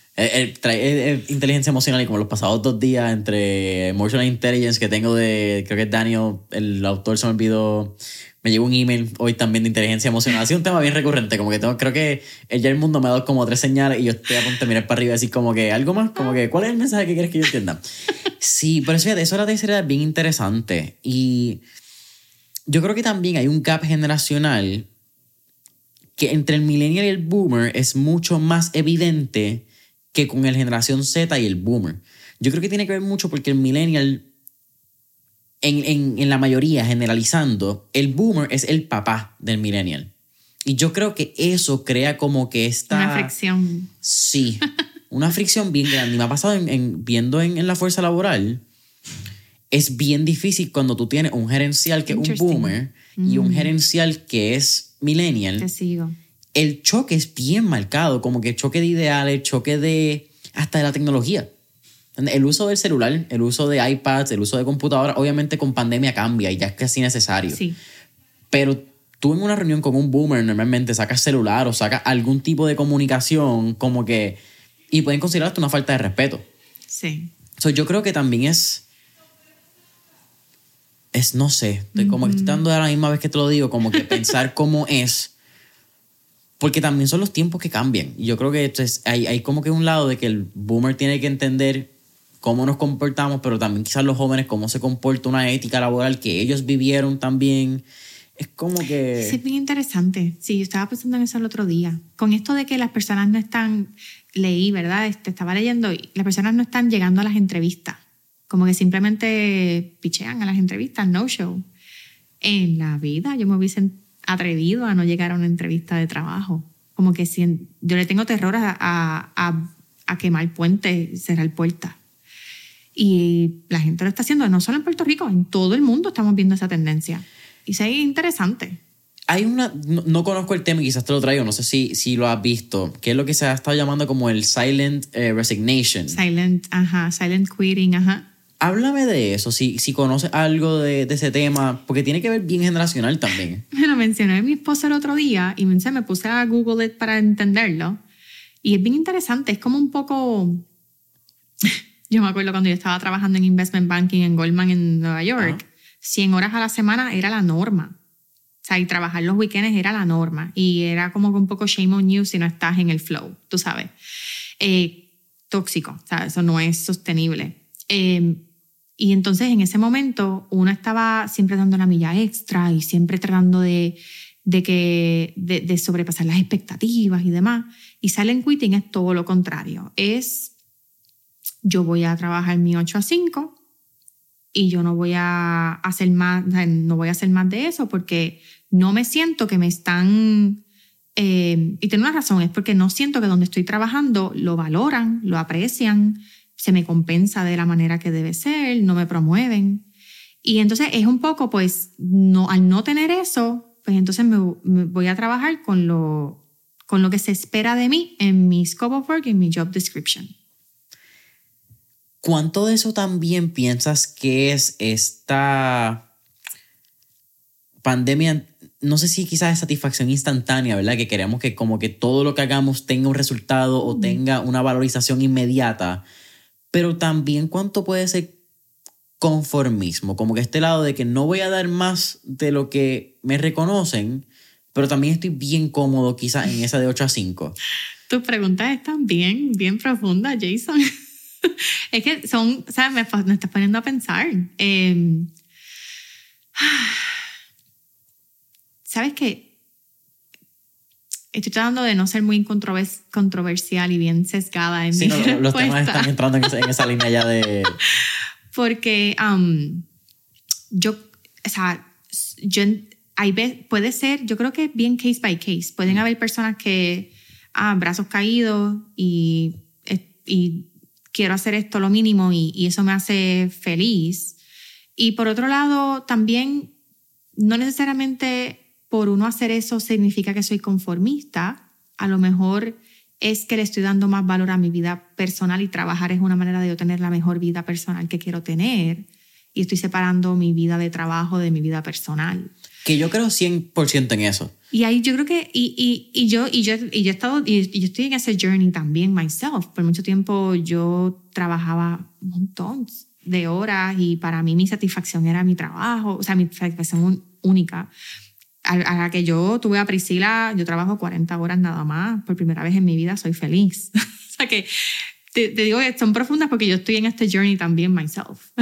Trae inteligencia emocional y como los pasados 2 días entre Emotional Intelligence que tengo de, creo que es Daniel, el autor, se me olvidó, me llegó un email hoy también de inteligencia emocional. Ha sido un tema bien recurrente, como que creo que ya el mundo me ha dado como 3 señales y yo estoy a punto de mirar para arriba y decir como que algo más, como que ¿cuál es el mensaje que quieres que yo entienda? Sí, pero eso de la tercera edad es bien interesante y yo creo que también hay un gap generacional que entre el millennial y el boomer es mucho más evidente que con el generación Z y el boomer. Yo creo que tiene que ver mucho porque el millennial, en la mayoría, generalizando, el boomer es el papá del millennial. Y yo creo que eso crea como que esta... Una fricción. Sí, una fricción bien grande. Y me ha pasado viendo en la fuerza laboral, es bien difícil cuando tú tienes un gerencial que es un boomer y un gerencial que es millennial. Te sigo. El choque es bien marcado, como que choque de ideales, choque de hasta de la tecnología. El uso del celular, el uso de iPads, el uso de computadoras, obviamente con pandemia cambia y ya es casi necesario. Sí. Pero tú en una reunión con un boomer normalmente sacas celular o sacas algún tipo de comunicación como que... Y pueden considerar esto una falta de respeto. Sí. Yo creo que también es no sé, como que estoy dando a la misma vez que te lo digo, como que pensar cómo es... Porque también son los tiempos que cambian. Y yo creo que hay como que un lado de que el boomer tiene que entender cómo nos comportamos, pero también quizás los jóvenes cómo se comporta una ética laboral que ellos vivieron también. Es como que... Sí, es bien interesante. Sí, yo estaba pensando en eso el otro día. Con esto de que las personas no están... Leí, ¿verdad? Estaba leyendo y las personas no están llegando a las entrevistas. Como que simplemente pichean a las entrevistas, no show. En la vida yo me hubiese atrevido a no llegar a una entrevista de trabajo. Como que yo le tengo terror a quemar puentes, cerrar puertas. Y la gente lo está haciendo, no solo en Puerto Rico, en todo el mundo estamos viendo esa tendencia. Y es interesante. Hay no conozco el tema y quizás te lo traigo, no sé si lo has visto, que es lo que se ha estado llamando como el silent resignation. Silent quitting, ajá. Háblame de eso, si conoces algo de ese tema, porque tiene que ver bien generacional también. Me lo mencionó mi esposa el otro día y me puse a Google it para entenderlo. Y es bien interesante, es como un poco... Yo me acuerdo cuando yo estaba trabajando en investment banking en Goldman en Nueva York, 100 horas a la semana era la norma. O sea, y trabajar los weekends era la norma. Y era como que un poco shame on you si no estás en el flow, tú sabes. Tóxico, o sea, eso no es sostenible. Y entonces en ese momento uno estaba siempre dando la milla extra y siempre tratando de sobrepasar las expectativas y demás. Y silent quitting es todo lo contrario. Yo voy a trabajar mi 8 a 5 y yo no voy a hacer más de eso porque no me siento que me están... y tengo una razón, es porque no siento que donde estoy trabajando lo valoran, lo aprecian. se me compensa de la manera que debe ser, no me promueven. Y entonces es un poco, pues, al no tener eso, pues entonces me voy a trabajar con lo que se espera de mí en mi scope of work, en mi job description. ¿Cuánto de eso también piensas que es esta pandemia? No sé si quizás es satisfacción instantánea, ¿verdad? Que queremos que como que todo lo que hagamos tenga un resultado o tenga una valorización inmediata. Pero también cuánto puede ser conformismo, como que este lado de que no voy a dar más de lo que me reconocen, pero también estoy bien cómodo quizás en esa de 8 a 5. Tus preguntas están bien profundas, Jason. Es que ¿sabes? Me estás poniendo a pensar. ¿Sabes qué? Estoy tratando de no ser muy controversial y bien sesgada en mi respuesta. Los temas están entrando en esa línea ya de... Porque puede ser, yo creo que bien case by case. Pueden haber personas que, brazos caídos y quiero hacer esto lo mínimo y eso me hace feliz. Y por otro lado, también no necesariamente por uno hacer eso significa que soy conformista. A lo mejor es que le estoy dando más valor a mi vida personal y trabajar es una manera de yo tener la mejor vida personal que quiero tener. Y estoy separando mi vida de trabajo de mi vida personal. Que yo creo 100% en eso. Y ahí yo creo que... yo estoy en ese journey también myself. Por mucho tiempo yo trabajaba un montón de horas y para mí mi satisfacción era mi trabajo. O sea, mi satisfacción única. A la que yo tuve a Priscila, yo trabajo 40 horas nada más. Por primera vez en mi vida soy feliz. O sea que te digo que son profundas porque yo estoy en este journey también myself.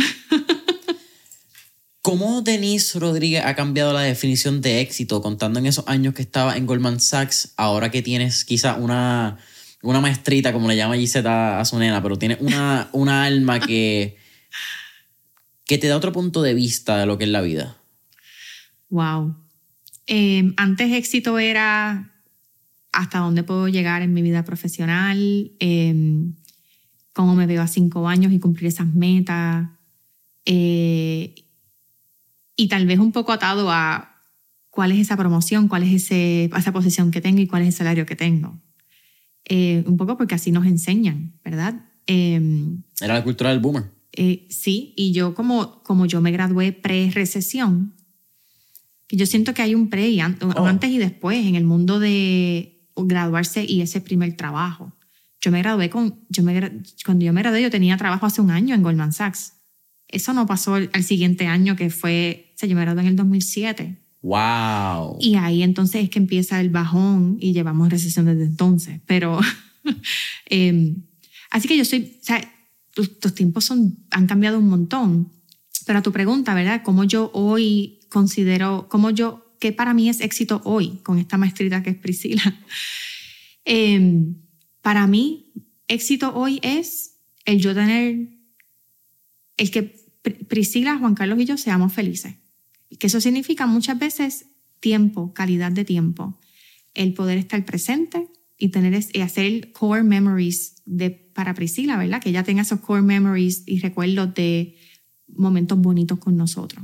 ¿Cómo Denise Rodríguez ha cambiado la definición de éxito contando en esos años que estaba en Goldman Sachs, ahora que tienes quizá una maestrita, como le llama Giseta a su nena, pero tienes una alma que te da otro punto de vista de lo que es la vida? Wow. Antes éxito era hasta dónde puedo llegar en mi vida profesional, cómo me veo a 5 años y cumplir esas metas, y tal vez un poco atado a cuál es esa promoción, cuál es esa posición que tengo y cuál es el salario que tengo. Un poco porque así nos enseñan, ¿verdad? Era la cultura del boomer. Sí, y yo como yo me gradué pre-recesión, que yo siento que hay un antes y después en el mundo de graduarse y ese primer trabajo. Cuando yo me gradué yo tenía trabajo hace 1 año en Goldman Sachs. Eso no pasó al siguiente año que fue, yo me gradué en el 2007. ¡Wow! Y ahí entonces es que empieza el bajón y llevamos recesión desde entonces. Pero, así que yo los tiempos han cambiado un montón. Pero a tu pregunta, ¿verdad? ¿Cómo yo hoy considero, qué para mí es éxito hoy con esta maestrita que es Priscila? Para mí, éxito hoy es el que Priscila, Juan Carlos y yo seamos felices. Que eso significa muchas veces tiempo, calidad de tiempo. El poder estar presente y hacer core memories para Priscila, ¿verdad? Que ella tenga esos core memories y recuerdos de momentos bonitos con nosotros.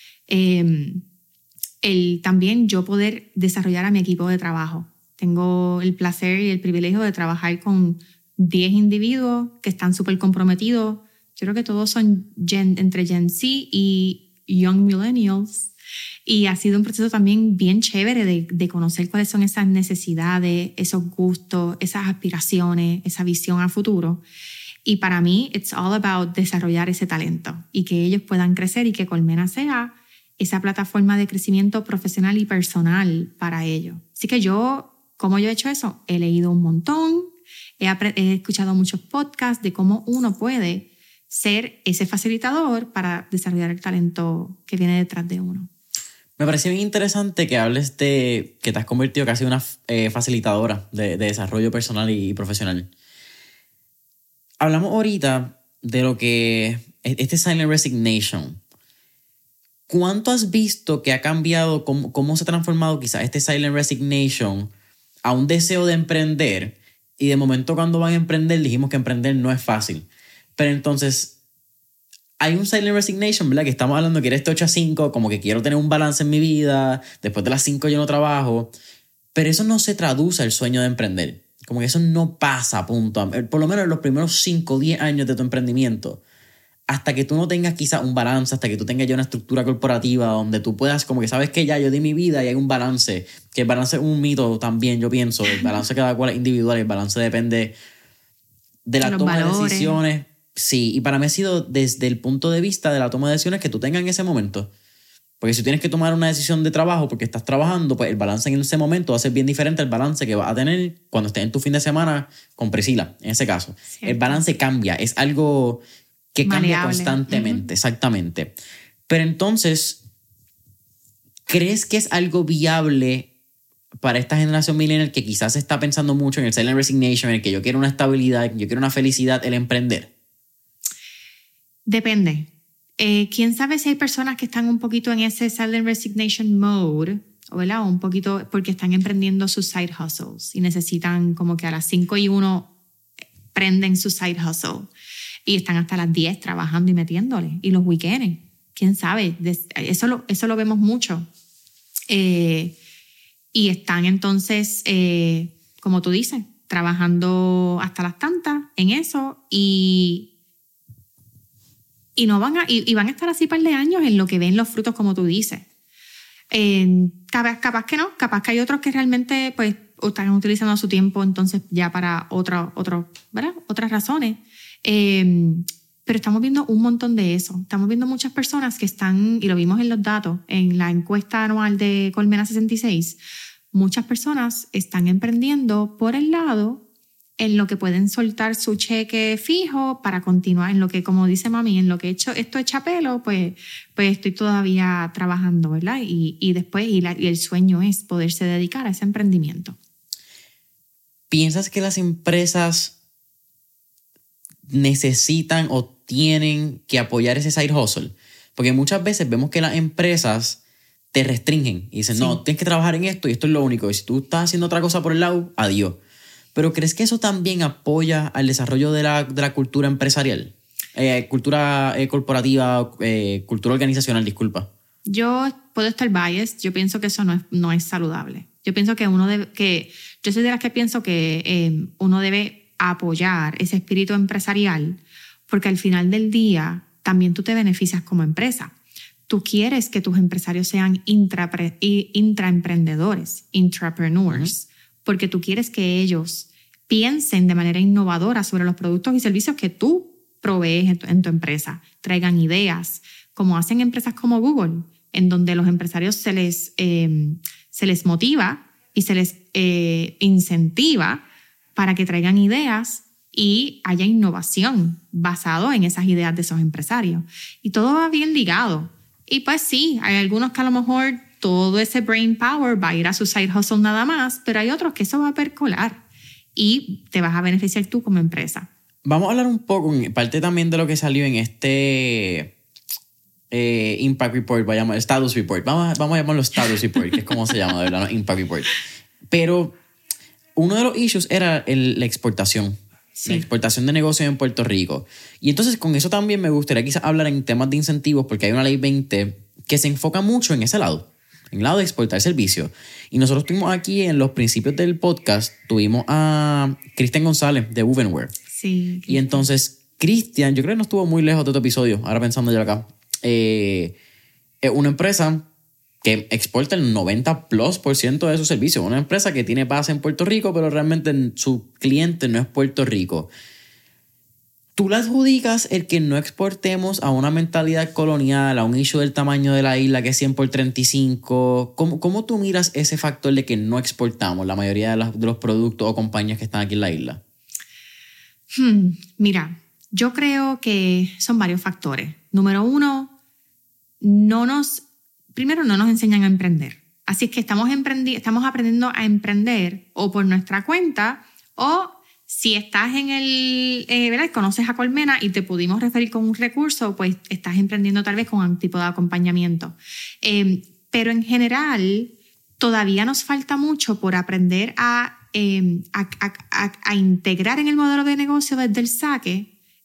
También yo poder desarrollar a mi equipo de trabajo. Tengo el placer y el privilegio de trabajar con 10 individuos que están súper comprometidos. Yo creo que todos son entre Gen Z y Young Millennials. Y ha sido un proceso también bien chévere de conocer cuáles son esas necesidades, esos gustos, esas aspiraciones, esa visión a futuro. Y para mí, it's all about desarrollar ese talento y que ellos puedan crecer y que Colmena sea esa plataforma de crecimiento profesional y personal para ellos. Así que ¿cómo yo he hecho eso? He leído un montón, he escuchado muchos podcasts de cómo uno puede ser ese facilitador para desarrollar el talento que viene detrás de uno. Me parece bien interesante que hables de que te has convertido casi en una facilitadora de desarrollo personal y profesional. Hablamos ahorita de lo que este Silent Resignation. ¿Cuánto has visto que ha cambiado, cómo se ha transformado quizás este Silent Resignation a un deseo de emprender? Y de momento cuando van a emprender dijimos que emprender no es fácil. Pero entonces hay un silent resignation, ¿verdad? Que estamos hablando que eres de 8 a 5, como que quiero tener un balance en mi vida, después de las 5 yo no trabajo, pero eso no se traduce al sueño de emprender. Como que eso no pasa, punto. Por lo menos en los primeros 5 o 10 años de tu emprendimiento, hasta que tú no tengas quizás un balance, hasta que tú tengas ya una estructura corporativa donde tú puedas, como que sabes que ya yo di mi vida y hay un balance, que el balance es un mito también, yo pienso, el balance cada cual es individual, el balance depende de la toma de decisiones. Sí, y para mí ha sido desde el punto de vista de la toma de decisiones que tú tengas en ese momento. Porque si tienes que tomar una decisión de trabajo porque estás trabajando, pues el balance en ese momento va a ser bien diferente al balance que vas a tener cuando estés en tu fin de semana con Priscila, en ese caso. Cierto. El balance cambia, es algo que cambia constantemente, exactamente. Pero entonces, ¿crees que es algo viable para esta generación millennial que quizás está pensando mucho en el silent resignation, en el que yo quiero una estabilidad, yo quiero una felicidad, el emprender? Depende. ¿Quién sabe si hay personas que están un poquito en ese silent resignation mode, ¿verdad? O un poquito porque están emprendiendo sus side hustles y necesitan como que a las 5:01 prenden su side hustle y están hasta las 10 trabajando y metiéndole, y los weekends, ¿quién sabe? Eso lo vemos mucho. Y están entonces, como tú dices, trabajando hasta las tantas en eso y van a estar así un par de años en lo que ven los frutos, como tú dices. Capaz que no, capaz que hay otros que realmente pues están utilizando su tiempo entonces ya para ¿verdad? Otras razones. Pero estamos viendo un montón de eso. Estamos viendo muchas personas que están, y lo vimos en los datos, en la encuesta anual de Colmena 66, muchas personas están emprendiendo por el lado en lo que pueden soltar su cheque fijo para continuar, en lo que, como dice mami, en lo que esto echa pelo, pues estoy todavía trabajando, ¿verdad? Y después, y el sueño es poderse dedicar a ese emprendimiento. ¿Piensas que las empresas necesitan o tienen que apoyar ese side hustle? Porque muchas veces vemos que las empresas te restringen y dicen, sí, no, tienes que trabajar en esto y esto es lo único. Y si tú estás haciendo otra cosa por el lado, adiós. Pero ¿crees que eso también apoya al desarrollo de la cultura empresarial? Cultura corporativa, cultura organizacional, disculpa. Yo puedo estar biased. Yo pienso que eso no es saludable. Yo pienso que yo soy de las que pienso que uno debe apoyar ese espíritu empresarial, porque al final del día también tú te beneficias como empresa. Tú quieres que tus empresarios sean intraemprendedores, intrapreneurs, porque tú quieres que ellos piensen de manera innovadora sobre los productos y servicios que tú provees en tu empresa, traigan ideas, como hacen empresas como Google, en donde los empresarios se les motiva y se les incentiva para que traigan ideas y haya innovación basado en esas ideas de esos empresarios. Y todo va bien ligado. Y pues sí, hay algunos que a lo mejor todo ese brain power va a ir a su side hustle nada más, pero hay otros que eso va a percolar y te vas a beneficiar tú como empresa. Vamos a hablar un poco, parte también de lo que salió en este Impact Report, el Status Report. Vamos a llamarlo Status Report, que es como se llama, de verdad, ¿no? Impact Report. Pero uno de los issues era la exportación. Sí. La exportación de negocios en Puerto Rico. Y entonces con eso también me gustaría quizás hablar en temas de incentivos, porque hay una ley 20 que se enfoca mucho en ese lado. En el lado de exportar servicios. Y nosotros tuvimos aquí en los principios del podcast, tuvimos a Cristian González de Wovenware. Sí. Y entonces Cristian, yo creo que no estuvo muy lejos de tu episodio, ahora pensando yo acá. Es una empresa que exporta el 90+% de sus servicios. Una empresa que tiene base en Puerto Rico, pero realmente su cliente no es Puerto Rico. ¿Tú le adjudicas el que no exportemos a una mentalidad colonial, a un issue del tamaño de la isla que es 100 por 35? ¿Cómo tú miras ese factor de que no exportamos la mayoría de los productos o compañías que están aquí en la isla? Mira, yo creo que son varios factores. Número uno, primero no nos enseñan a emprender. Así es que estamos aprendiendo a emprender o por nuestra cuenta o si estás en ¿verdad? Conoces a Colmena y te pudimos referir con un recurso, pues estás emprendiendo tal vez con un tipo de acompañamiento. Pero en general, todavía nos falta mucho por aprender a integrar en el modelo de negocio desde el saque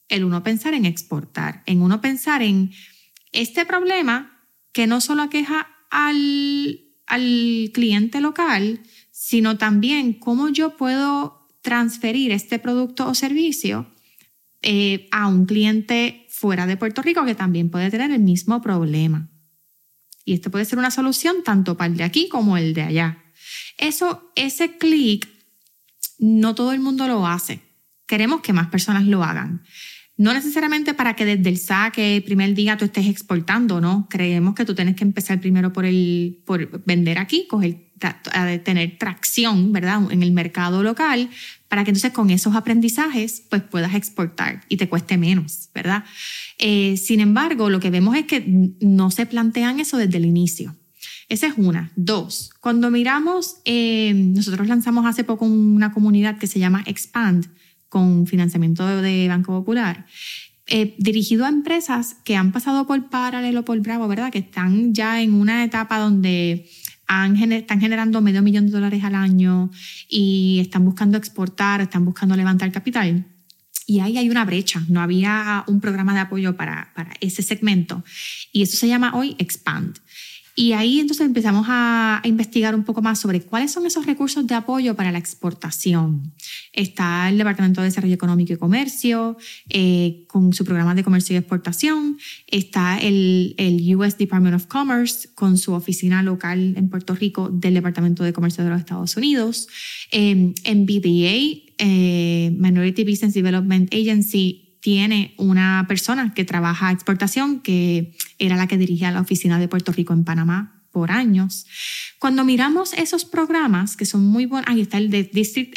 el uno pensar en exportar, en uno pensar en este problema que no solo aqueja al cliente local, sino también cómo yo puedo transferir este producto o servicio a un cliente fuera de Puerto Rico que también puede tener el mismo problema. Y esto puede ser una solución tanto para el de aquí como el de allá. Ese clic, no todo el mundo lo hace. Queremos que más personas lo hagan. No necesariamente para que desde el saque, el primer día, tú estés exportando, ¿no? Creemos que tú tienes que empezar primero por vender aquí, tener tracción, ¿verdad? En el mercado local, para que entonces con esos aprendizajes pues puedas exportar y te cueste menos, ¿verdad? Sin embargo, lo que vemos es que no se plantean eso desde el inicio. Esa es una. Dos, cuando miramos, nosotros lanzamos hace poco una comunidad que se llama Expand, con financiamiento de Banco Popular, dirigido a empresas que han pasado por Parallel o por Bravo, ¿verdad? Que están ya en una etapa donde están generando $500,000 al año y están buscando exportar, están buscando levantar capital. Y ahí hay una brecha, no había un programa de apoyo para ese segmento. Y eso se llama hoy Expand. Y ahí entonces empezamos a investigar un poco más sobre cuáles son esos recursos de apoyo para la exportación. Está el Departamento de Desarrollo Económico y Comercio, con su programa de comercio y exportación. Está el US Department of Commerce, con su oficina local en Puerto Rico del Departamento de Comercio de los Estados Unidos. MBDA, Minority Business Development Agency, tiene una persona que trabaja exportación, que era la que dirigía la oficina de Puerto Rico en Panamá por años. Cuando miramos esos programas, que son muy buenos, ahí está el de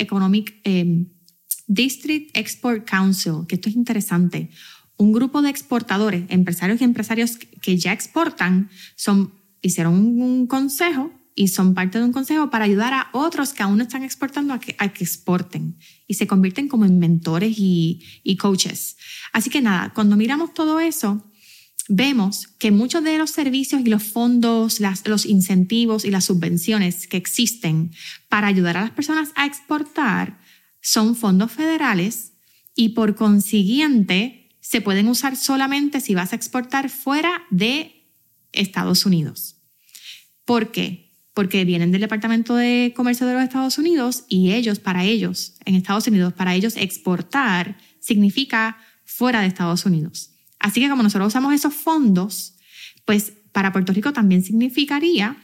District Export Council, que esto es interesante. Un grupo de exportadores, empresarios y empresarios que ya exportan, hicieron un consejo y son parte de un consejo para ayudar a otros que aún no están exportando a que exporten y se convierten como en mentores y coaches. Así que nada, cuando miramos todo eso, vemos que muchos de los servicios y los fondos, los incentivos y las subvenciones que existen para ayudar a las personas a exportar son fondos federales y por consiguiente se pueden usar solamente si vas a exportar fuera de Estados Unidos. ¿Por qué? Porque vienen del Departamento de Comercio de los Estados Unidos y para ellos, en Estados Unidos, para ellos exportar significa fuera de Estados Unidos. Así que como nosotros usamos esos fondos, pues para Puerto Rico también significa,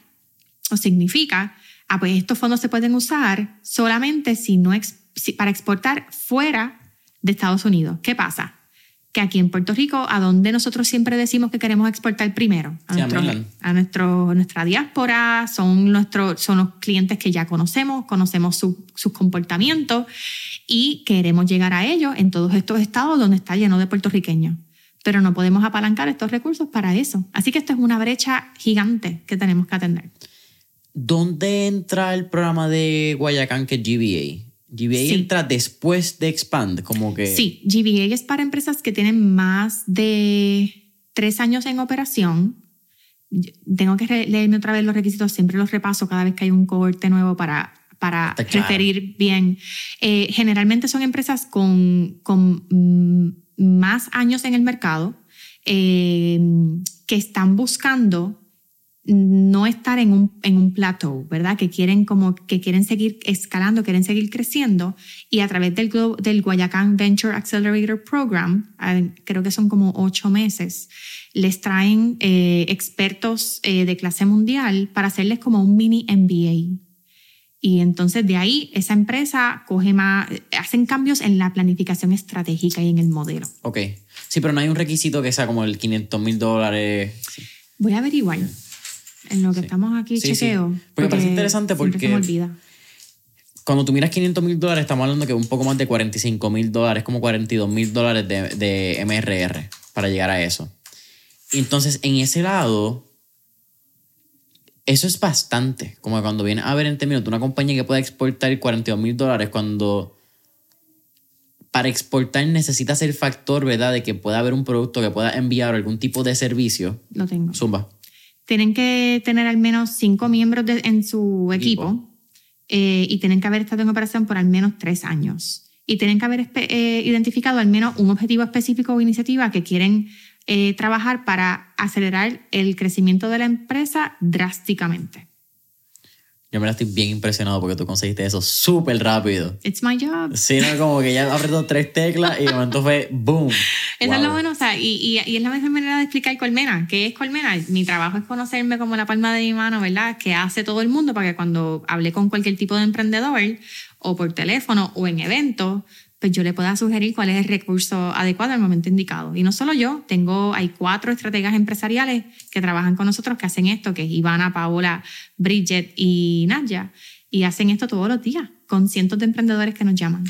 pues estos fondos se pueden usar solamente para exportar fuera de Estados Unidos. ¿Qué pasa? Que aquí en Puerto Rico, a donde nosotros siempre decimos que queremos exportar primero, a nuestra diáspora, son los clientes que ya conocemos sus comportamientos y queremos llegar a ellos en todos estos estados donde está lleno de puertorriqueños. Pero no podemos apalancar estos recursos para eso. Así que esto es una brecha gigante que tenemos que atender. ¿Dónde entra el programa de Guayacán, que es GBA? GBA entra después de Expand, como que... Sí, GBA es para empresas que tienen más de 3 años en operación. Tengo que leerme otra vez los requisitos, siempre los repaso cada vez que hay un cohorte nuevo para referir bien. Generalmente son empresas con más años en el mercado, que están buscando no estar en un plateau, ¿verdad? Que quieren seguir escalando, quieren seguir creciendo, y a través del Guayacán Venture Accelerator Program, creo que son como 8 meses, les traen expertos de clase mundial para hacerles como un mini MBA. Y entonces de ahí esa empresa hacen cambios en la planificación estratégica y en el modelo. Ok. Sí, pero no hay un requisito que sea como el $500,000. Sí. Voy a averiguar. En lo que estamos aquí, chequeo. Sí. Porque me parece interesante porque se me olvida. Cuando tú miras $500,000, estamos hablando que un poco más de $45,000, como $42,000 de MRR para llegar a eso. Y entonces, en ese lado, eso es bastante. Como cuando vienes a ver en términos de una compañía que pueda exportar $42,000, cuando para exportar necesitas el factor, ¿verdad?, de que pueda haber un producto que pueda enviar algún tipo de servicio. Lo tengo. Zumba. Tienen que tener al menos 5 miembros en su equipo. Y tienen que haber estado en operación por al menos 3 años. y tienen que haber identificado al menos un objetivo específico o iniciativa que quieren trabajar para acelerar el crecimiento de la empresa drásticamente. Yo me la estoy bien impresionado porque tú conseguiste eso súper rápido. It's my job. Sí, no, como que ya apretó 3 teclas y de momento fue boom. Eso es lo bueno, o sea, y es la mejor manera de explicar Colmena. ¿Qué es Colmena? Mi trabajo es conocerme como la palma de mi mano, ¿verdad? ¿Qué hace todo el mundo? Para que cuando hable con cualquier tipo de emprendedor, o por teléfono, o en eventos, pues yo le pueda sugerir cuál es el recurso adecuado al momento indicado. Y no solo yo, hay 4 estrategas empresariales que trabajan con nosotros que hacen esto, que es Ivana, Paola, Bridget y Nadia, y hacen esto todos los días con cientos de emprendedores que nos llaman.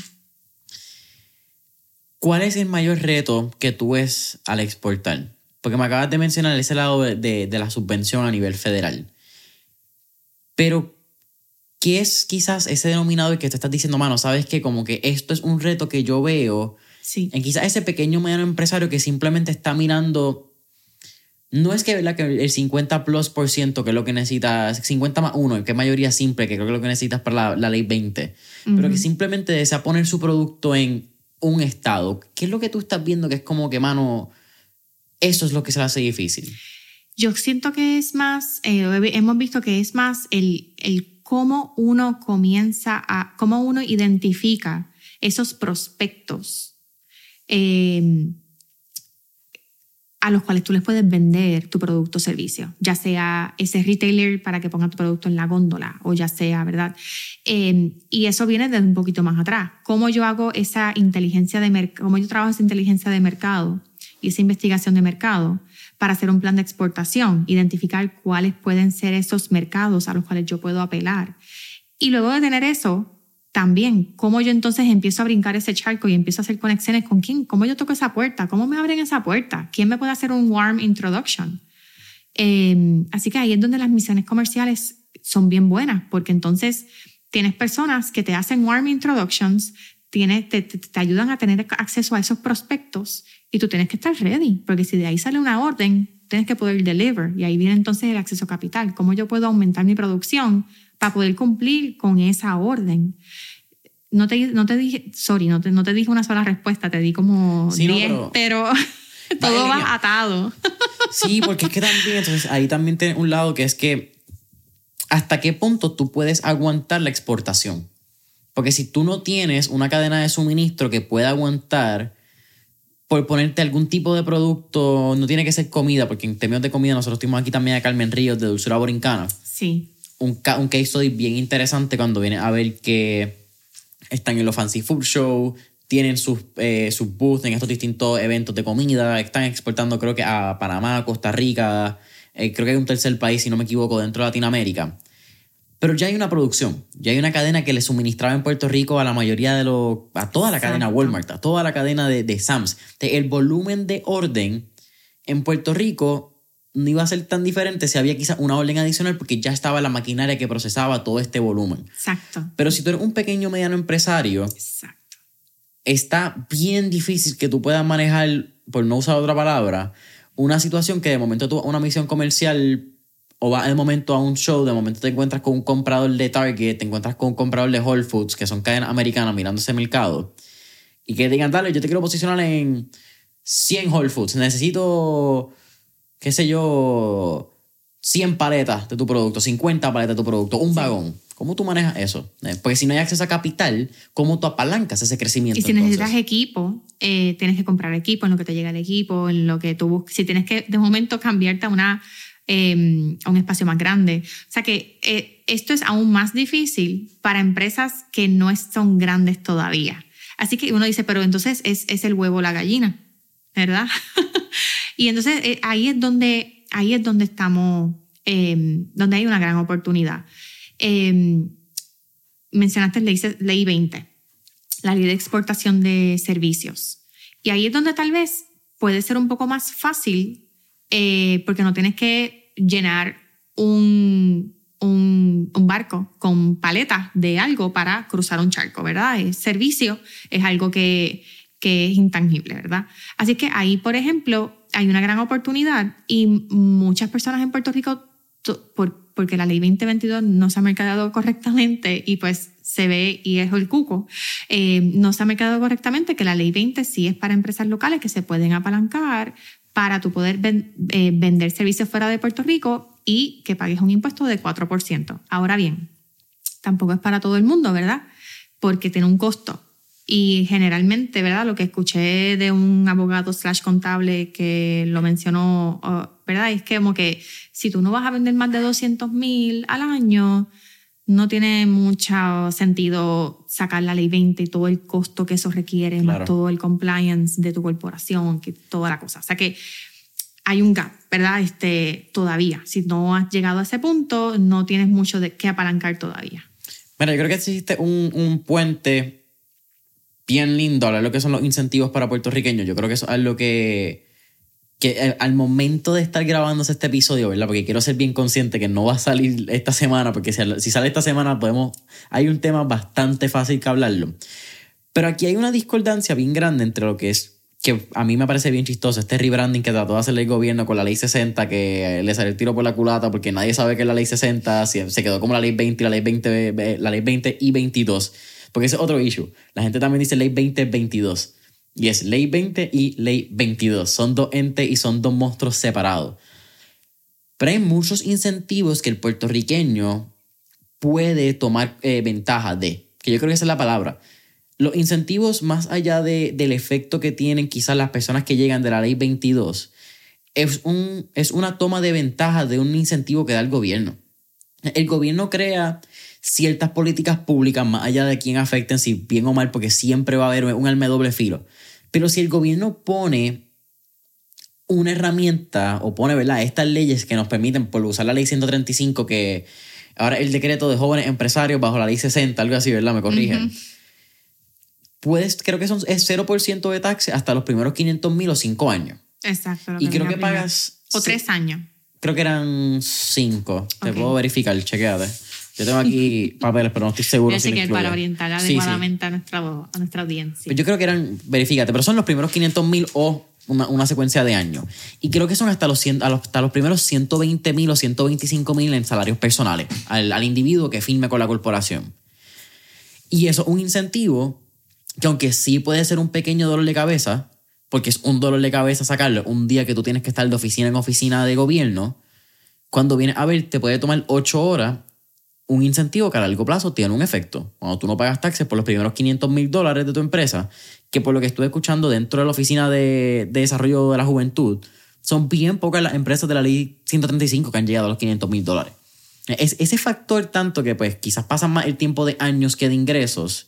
¿Cuál es el mayor reto que tú ves al exportar? Porque me acabas de mencionar ese lado de la subvención a nivel federal. Pero, ¿qué es quizás ese denominador que te estás diciendo, mano? Sabes que como que esto es un reto que yo veo en quizás ese pequeño mediano empresario que simplemente está mirando. No es que, ¿verdad?, que el 50+%, que es lo que necesitas, 50 más 1, que es mayoría simple, que creo que es lo que necesitas para la ley 20, pero que simplemente desea poner su producto en un estado. ¿Qué es lo que tú estás viendo que es como que, mano, eso es lo que se le hace difícil? Yo siento que es más, hemos visto que es más el cómo uno cómo uno identifica esos prospectos a los cuales tú les puedes vender tu producto o servicio, ya sea ese retailer para que ponga tu producto en la góndola o ya sea, ¿verdad? Y eso viene de un poquito más atrás. ¿Cómo yo hago esa inteligencia de mercado? ¿Cómo yo trabajo esa inteligencia de mercado y esa investigación de mercado para hacer un plan de exportación? Identificar cuáles pueden ser esos mercados a los cuales yo puedo apelar. Y luego de tener eso, también, ¿cómo yo entonces empiezo a brincar ese charco y empiezo a hacer conexiones con quién? ¿Cómo yo toco esa puerta? ¿Cómo me abren esa puerta? ¿Quién me puede hacer un warm introduction? Así que ahí es donde las misiones comerciales son bien buenas, porque entonces tienes personas que te hacen warm introductions, te ayudan a tener acceso a esos prospectos y tú tienes que estar ready, porque si de ahí sale una orden, tienes que poder deliver y ahí viene entonces el acceso a capital. ¿Cómo yo puedo aumentar mi producción para poder cumplir con esa orden? No te dije una sola respuesta, te di como 10, pero todo va atado. Sí, porque es que también, entonces ahí también tiene un lado que es que hasta qué punto tú puedes aguantar la exportación. Porque si tú no tienes una cadena de suministro que pueda aguantar, por ponerte algún tipo de producto, no tiene que ser comida, porque en términos de comida nosotros tuvimos aquí también a Carmen Ríos de Dulzura Borincana. Sí. Un case study bien interesante cuando viene a ver que están en los Fancy Food Show, tienen sus booths en estos distintos eventos de comida, están exportando creo que a Panamá, Costa Rica, creo que hay un tercer país, si no me equivoco, dentro de Latinoamérica. Pero ya hay una producción, ya hay una cadena que le suministraba en Puerto Rico a la mayoría de a toda la cadena Walmart, a toda la cadena de Sam's. El volumen de orden en Puerto Rico no iba a ser tan diferente si había quizás una orden adicional porque ya estaba la maquinaria que procesaba todo este volumen. Exacto. Pero si tú eres un pequeño mediano empresario, exacto, está bien difícil que tú puedas manejar, por no usar otra palabra, una situación que de momento tú una misión comercial o vas de momento a un show, de momento te encuentras con un comprador de Target, te encuentras con un comprador de Whole Foods, que son cadenas americanas mirando ese mercado, y que te digan, dale, yo te quiero posicionar en 100 Whole Foods, necesito, qué sé yo, 100 paletas de tu producto, 50 paletas de tu producto, un vagón. ¿Cómo tú manejas eso? Porque si no hay acceso a capital, ¿cómo tú apalancas ese crecimiento? Y si necesitas equipo, tienes que comprar equipo, en lo que te llega el equipo, en lo que tú buscas. Si tienes que de momento cambiarte a un espacio más grande. O sea que esto es aún más difícil para empresas que no son grandes todavía. Así que uno dice, pero entonces es el huevo o la gallina, ¿verdad? Y entonces ahí es donde estamos, donde hay una gran oportunidad. Mencionaste ley 20, la ley de exportación de servicios. Y ahí es donde tal vez puede ser un poco más fácil porque no tienes que llenar un barco con paletas de algo para cruzar un charco, ¿verdad? El servicio es algo que es intangible, ¿verdad? Así que ahí, por ejemplo, hay una gran oportunidad y muchas personas en Puerto Rico, porque la ley 2022 no se ha mercadeado correctamente y pues se ve y es el cuco. No se ha mercado correctamente que la ley 20 sí es para empresas locales que se pueden apalancar para tú poder vender servicios fuera de Puerto Rico y que pagues un impuesto de 4%. Ahora bien, tampoco es para todo el mundo, ¿verdad? Porque tiene un costo. Y generalmente, ¿verdad? Lo que escuché de un abogado / contable que lo mencionó, ¿verdad? Es que como que si tú no vas a vender más de 200,000 al año, no tiene mucho sentido sacar la ley 20 y todo el costo que eso requiere, claro, más todo el compliance de tu corporación, que toda la cosa. O sea que hay un gap, ¿verdad? Todavía. Si no has llegado a ese punto, no tienes mucho de qué apalancar todavía. Mira, yo creo que existe un puente bien lindo a lo que son los incentivos para puertorriqueños. Yo creo que eso es algo que al momento de estar grabándose este episodio, ¿verdad? Porque quiero ser bien consciente que no va a salir esta semana, porque si sale esta semana hay un tema bastante fácil que hablarlo. Pero aquí hay una discordancia bien grande entre lo que es, que a mí me parece bien chistoso, este rebranding que trató de hacer el gobierno con la ley 60, que le salió el tiro por la culata porque nadie sabe qué es la ley 60, se quedó como la ley 20 y la ley 20 y 22. Porque ese es otro issue. La gente también dice ley 2022. Y es ley 20 y ley 22. Son dos entes y son dos monstruos separados. Pero hay muchos incentivos que el puertorriqueño puede tomar ventaja de. Que yo creo que esa es la palabra. Los incentivos, más allá del efecto que tienen quizás las personas que llegan de la ley 22, es una toma de ventaja de un incentivo que da el gobierno. El gobierno crea ciertas políticas públicas más allá de quién afecten, si bien o mal, porque siempre va a haber un arma de doble filo. Pero si el gobierno pone una herramienta o pone, ¿verdad?, estas leyes que nos permiten, por usar la ley 135, que ahora el decreto de jóvenes empresarios bajo la ley 60, algo así, ¿verdad? Me corrigen. Creo que es 0% de taxe hasta los primeros 500,000 o 5 años. Exacto. Y creo que pagas... O 3 años. Creo que eran 5. Te puedo verificar, chequéate. Yo tengo aquí papeles, pero no estoy seguro si lo incluye. Para orientar adecuadamente a nuestra audiencia. Pues yo creo que eran, verifícate, pero son los primeros 500,000 o una secuencia de años. Y creo que son hasta los primeros 120,000 o 125,000 en salarios personales al individuo que firme con la corporación. Y eso es un incentivo que, aunque sí puede ser un pequeño dolor de cabeza, porque es un dolor de cabeza sacarlo un día que tú tienes que estar de oficina en oficina de gobierno, cuando vienes a ver te puede tomar 8 horas. Un incentivo que a largo plazo tiene un efecto. Cuando tú no pagas taxes por los primeros $500,000 de tu empresa, que por lo que estuve escuchando dentro de la Oficina de Desarrollo de la Juventud, son bien pocas las empresas de la ley 135 que han llegado a los $500,000. Ese factor, tanto que pues quizás pasan más el tiempo de años que de ingresos,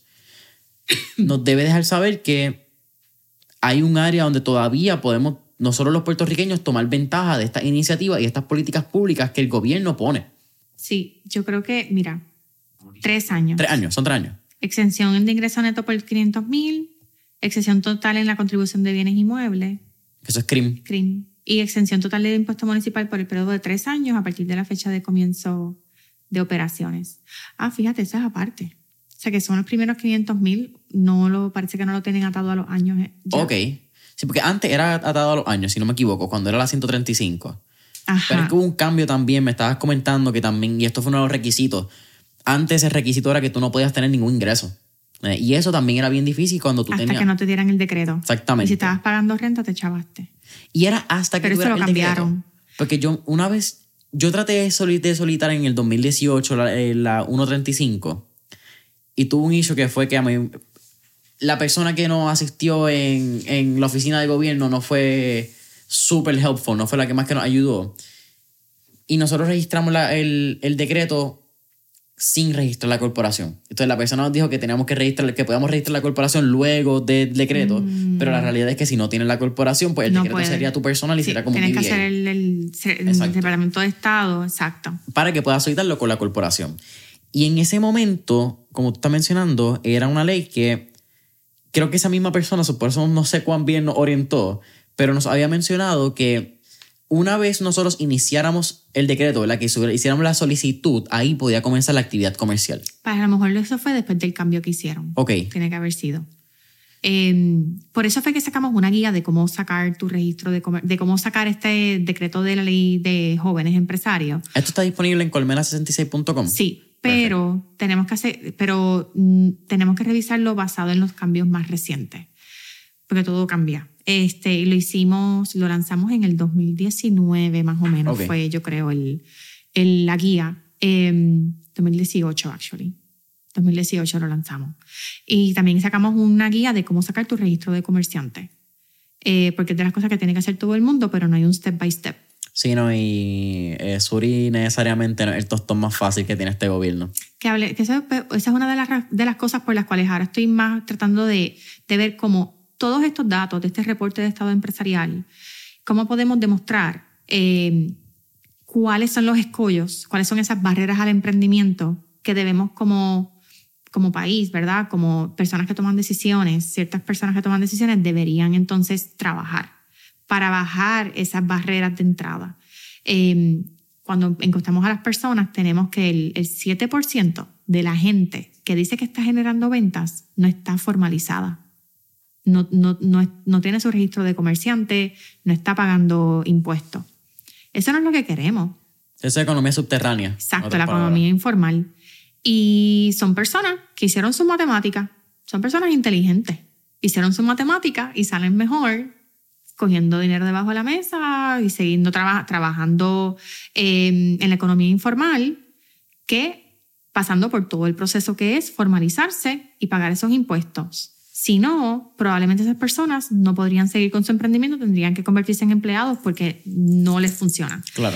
nos debe dejar saber que hay un área donde todavía podemos nosotros los puertorriqueños tomar ventaja de estas iniciativas y estas políticas públicas que el gobierno pone. Sí, yo creo que, mira, 3 años. 3 años, son 3 años. Exención de ingreso neto por 500,000, exención total en la contribución de bienes inmuebles. Eso es CRIM. CRIM. Y exención total de impuesto municipal por el periodo de 3 años a partir de la fecha de comienzo de operaciones. Fíjate, eso es aparte. O sea, que son los primeros 500,000, parece que no lo tienen atado a los años ya. Ok. Sí, porque antes era atado a los años, si no me equivoco, cuando era la 135. Ajá. Pero es que hubo un cambio también, me estabas comentando que también, y esto fue uno de los requisitos, antes el requisito era que tú no podías tener ningún ingreso. Y eso también era bien difícil cuando tú Hasta que no te dieran el decreto. Exactamente. Y si estabas pagando renta, te chavaste. Y era hasta que tuvieras el cambiaron. Decreto. Porque yo traté de solicitar en el 2018 la 135 y tuve un issue que fue que a mí, la persona que nos asistió en la oficina de gobierno no fue súper helpful, no fue la que más que nos ayudó. Y nosotros registramos el decreto sin registrar la corporación. Entonces la persona nos dijo que teníamos que podíamos registrar la corporación luego del decreto, pero la realidad es que si no tienes la corporación, pues el decreto sería tu personal y sería como un tienes que hacer el Departamento de Estado, exacto. Para que puedas solicitarlo con la corporación. Y en ese momento, como tú estás mencionando, era una ley que creo que esa misma persona, por eso no sé cuán bien nos orientó, pero nos había mencionado que una vez nosotros iniciáramos el decreto, ¿verdad?, que hiciéramos la solicitud, ahí podía comenzar la actividad comercial. Pues a lo mejor eso fue después del cambio que hicieron. Ok. Tiene que haber sido. Por eso fue que sacamos una guía de cómo sacar tu registro de cómo sacar este decreto de la ley de jóvenes empresarios. ¿Esto está disponible en colmena66.com? Sí. pero tenemos que revisarlo basado en los cambios más recientes, porque todo cambia. Lo lanzamos en el 2019 más o menos, fue yo creo la guía, 2018 actually. 2018 lo lanzamos. Y también sacamos una guía de cómo sacar tu registro de comerciante. Porque es de las cosas que tiene que hacer todo el mundo, pero no hay un step by step. Sí, no, y Suri necesariamente no es el tostón más fácil que tiene este gobierno. Esa es una de las cosas por las cuales ahora estoy más tratando de ver cómo todos estos datos de este reporte de estado empresarial, cómo podemos demostrar cuáles son los escollos, cuáles son esas barreras al emprendimiento que debemos como país, ¿verdad? Como personas que toman decisiones, ciertas personas que toman decisiones deberían entonces trabajar para bajar esas barreras de entrada. Cuando encuestamos a las personas, tenemos que el 7% de la gente que dice que está generando ventas no está formalizada. No tiene su registro de comerciante, no está pagando impuestos. Eso no es lo que queremos. Esa es economía subterránea. Exacto, la economía informal. Y son personas que hicieron su matemática, son personas inteligentes. Hicieron su matemática y salen mejor cogiendo dinero debajo de la mesa y siguiendo trabajando en la economía informal que pasando por todo el proceso que es formalizarse y pagar esos impuestos. Si no, probablemente esas personas no podrían seguir con su emprendimiento, tendrían que convertirse en empleados porque no les funciona. Claro.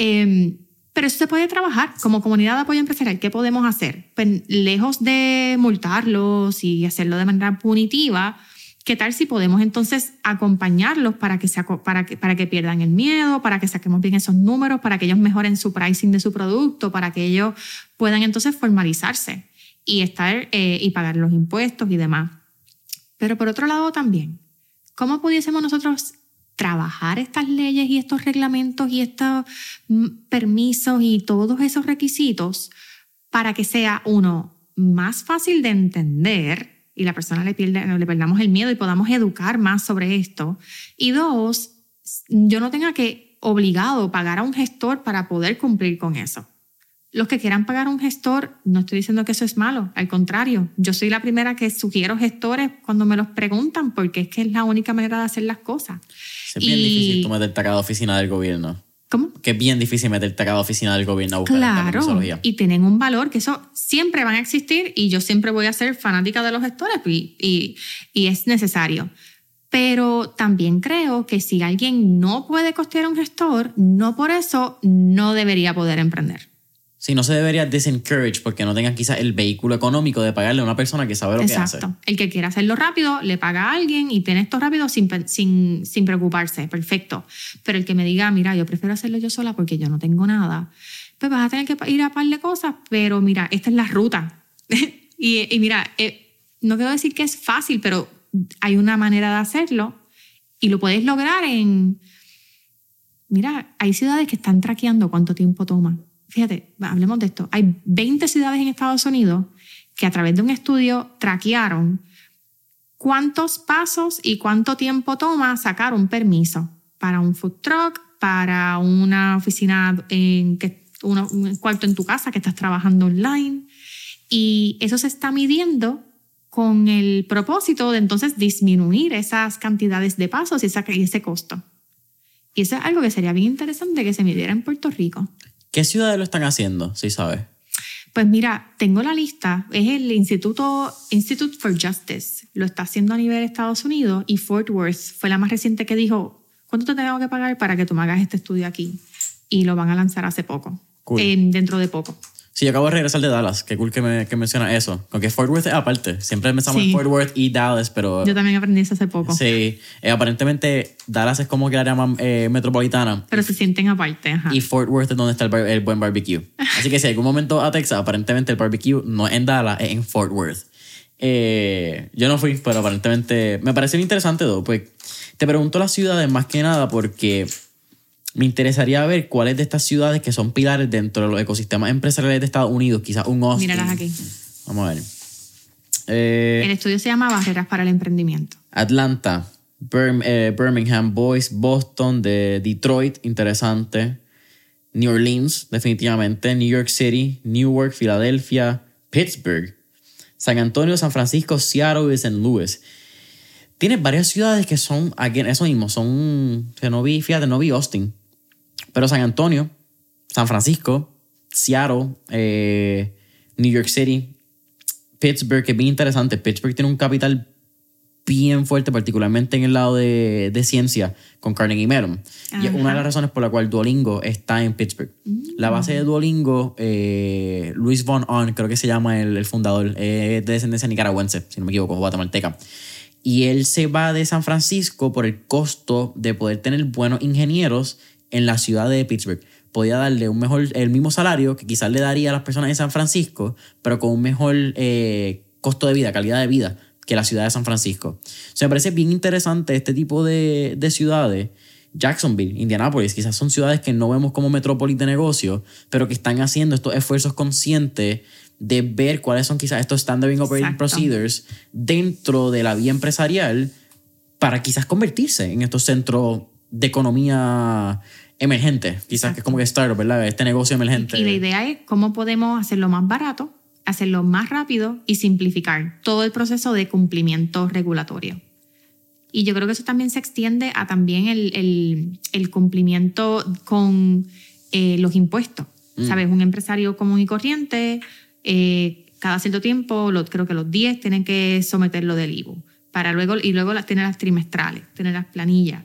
Pero eso se puede trabajar como comunidad de apoyo empresarial. ¿Qué podemos hacer? Pues, lejos de multarlos y hacerlo de manera punitiva, ¿qué tal si podemos entonces acompañarlos para que pierdan el miedo, para que saquemos bien esos números, para que ellos mejoren su pricing de su producto, para que ellos puedan entonces formalizarse y pagar los impuestos y demás? Pero por otro lado también, ¿cómo pudiésemos nosotros trabajar estas leyes y estos reglamentos y estos permisos y todos esos requisitos para que sea, uno, más fácil de entender y la persona le perdamos el miedo y podamos educar más sobre esto? Y dos, yo no tenga que obligado pagar a un gestor para poder cumplir con eso. Los que quieran pagar a un gestor, no estoy diciendo que eso es malo, al contrario, yo soy la primera que sugiero gestores cuando me los preguntan porque es que es la única manera de hacer las cosas. Es bien difícil tú meterte a cada oficina del gobierno. ¿Cómo? Que es bien difícil meterte a cada oficina del gobierno a buscar esta tecnología. Y tienen un valor que eso siempre van a existir y yo siempre voy a ser fanática de los gestores y es necesario. Pero también creo que si alguien no puede costear un gestor, no por eso no debería poder emprender. Sí, no se debería disencourage porque no tengan quizás el vehículo económico de pagarle a una persona que sabe lo que hace. Exacto. El que quiera hacerlo rápido, le paga a alguien y tiene esto rápido sin preocuparse. Perfecto. Pero el que me diga, mira, yo prefiero hacerlo yo sola porque yo no tengo nada, pues vas a tener que ir a par de cosas, pero mira, esta es la ruta. y mira, no quiero decir que es fácil, pero hay una manera de hacerlo y lo puedes lograr Mira, hay ciudades que están traqueando cuánto tiempo toma. Fíjate, hablemos de esto. Hay 20 ciudades en Estados Unidos que a través de un estudio traquearon cuántos pasos y cuánto tiempo toma sacar un permiso para un food truck, para una oficina, un cuarto en tu casa que estás trabajando online. Y eso se está midiendo con el propósito de entonces disminuir esas cantidades de pasos y ese costo. Y eso es algo que sería bien interesante que se midiera en Puerto Rico. ¿Qué ciudades lo están haciendo, si sabes? Pues mira, tengo la lista. Es el Institute for Justice. Lo está haciendo a nivel de Estados Unidos y Fort Worth fue la más reciente que dijo, ¿cuánto te tengo que pagar para que tú me hagas este estudio aquí? Y lo van a lanzar hace poco, cool. Dentro de poco. Sí, yo acabo de regresar de Dallas. Qué cool que menciona eso. Aunque Fort Worth es aparte. Siempre empezamos en Fort Worth y Dallas, pero... Yo también aprendí eso hace poco. Sí. Aparentemente Dallas es como que el área más metropolitana. Pero se sienten aparte. Ajá. Y Fort Worth es donde está el buen barbecue. Así que si algún momento a Texas, aparentemente el barbecue no es en Dallas, es en Fort Worth. Yo no fui, pero aparentemente... Me parece interesante, though. Pues te pregunto las ciudades más que nada porque... Me interesaría ver cuáles de estas ciudades que son pilares dentro de los ecosistemas empresariales de Estados Unidos, quizás un Austin. Míralas aquí. Vamos a ver. El estudio se llama Barreras para el Emprendimiento. Atlanta, Birmingham, Boise, Boston, de Detroit, interesante. New Orleans, definitivamente, New York City, Newark, Filadelfia, Pittsburgh, San Antonio, San Francisco, Seattle y St. Louis. Tienes varias ciudades que son, again, eso mismo, son, que no vi Austin, pero San Antonio, San Francisco, Seattle, New York City, Pittsburgh, que es bien interesante. Pittsburgh tiene un capital bien fuerte, particularmente en el lado de ciencia, con Carnegie Mellon. Y es una de las razones por la cual Duolingo está en Pittsburgh. La base de Duolingo, Luis von Ahn, creo que se llama el fundador, es de descendencia nicaragüense, si no me equivoco, guatemalteca. Y él se va de San Francisco por el costo de poder tener buenos ingenieros en la ciudad de Pittsburgh. Podía darle el mismo salario que quizás le daría a las personas de San Francisco, pero con un mejor costo de vida, calidad de vida que la ciudad de San Francisco. O sea, me parece bien interesante este tipo de ciudades. Jacksonville, Indianapolis, quizás son ciudades que no vemos como metrópolis de negocio, pero que están haciendo estos esfuerzos conscientes de ver cuáles son quizás estos standard operating procedures dentro de la vía empresarial para quizás convertirse en estos centros de economía emergente, quizás que es como que startup, ¿verdad? Este negocio emergente. Y la idea es cómo podemos hacerlo más barato, hacerlo más rápido y simplificar todo el proceso de cumplimiento regulatorio. Y yo creo que eso también se extiende a también el cumplimiento con los impuestos. ¿Sabes? Un empresario común y corriente, cada cierto tiempo, creo que los 10 tienen que someterlo del IVU. Luego tiene las trimestrales, tiene las planillas,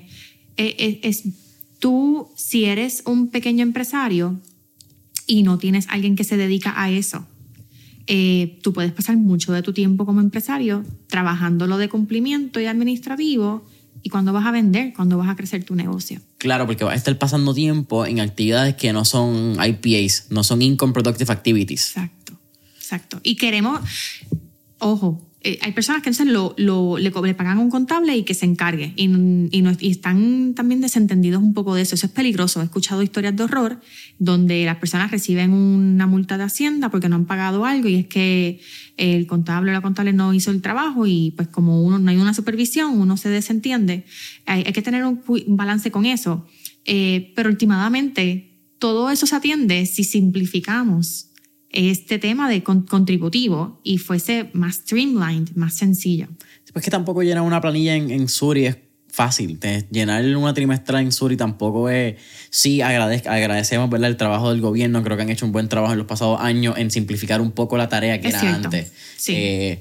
tú, si eres un pequeño empresario y no tienes alguien que se dedica a eso, tú puedes pasar mucho de tu tiempo como empresario trabajando lo de cumplimiento y administrativo. ¿Y cuándo vas a vender? ¿Cuándo vas a crecer tu negocio? Claro, porque vas a estar pasando tiempo en actividades que no son IPAs, no son Income Productive Activities. Exacto. Y queremos, ojo, hay personas que entonces le pagan a un contable y que se encargue y están también desentendidos un poco de eso. Eso es peligroso. He escuchado historias de horror donde las personas reciben una multa de Hacienda porque no han pagado algo y es que el contable o la contable no hizo el trabajo y pues como no hay una supervisión, uno se desentiende. Hay que tener un balance con eso. Pero últimamente todo eso se atiende si simplificamos este tema de contributivo y fuese más streamlined, más sencillo. Pues que tampoco llenar una planilla en Suri es fácil. Llenar una trimestral en Suri tampoco es... Sí, agradecemos, ¿verdad?, el trabajo del gobierno. Creo que han hecho un buen trabajo en los pasados años en simplificar un poco la tarea que era cierto. Antes. Sí.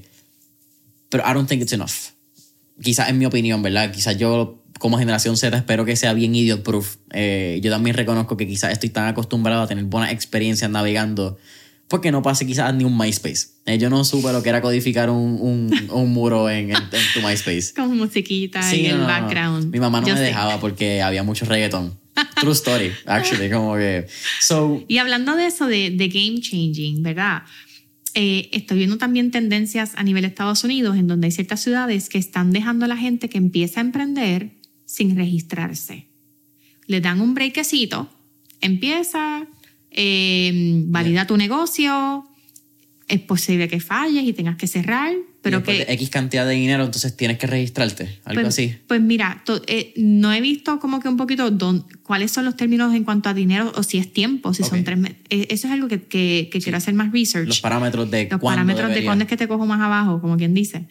Pero I don't think it's enough. Quizás en mi opinión, ¿verdad? Quizás yo como generación Z espero que sea bien idiot proof. Yo también reconozco que quizás estoy tan acostumbrado a tener buenas experiencias navegando porque no pase quizás ni un MySpace. Yo no supe lo que era codificar un muro en tu MySpace. Con musiquita y el background. Mi mamá no me dejaba porque había mucho reggaetón. True story, actually. Como que, y hablando de eso, de game changing, ¿verdad? Estoy viendo también tendencias a nivel de Estados Unidos en donde hay ciertas ciudades que están dejando a la gente que empieza a emprender sin registrarse. Le dan un breakcito, empieza... valida tu negocio, es posible que falles y tengas que cerrar, pero que de X cantidad de dinero entonces tienes que registrarte, algo así. Pues mira, no he visto como que un poquito cuáles son los términos en cuanto a dinero o si es tiempo, si son 3 meses. Eso es algo que quiero hacer más research. Los parámetros de cuándo es que te cojo más abajo, como quien dice.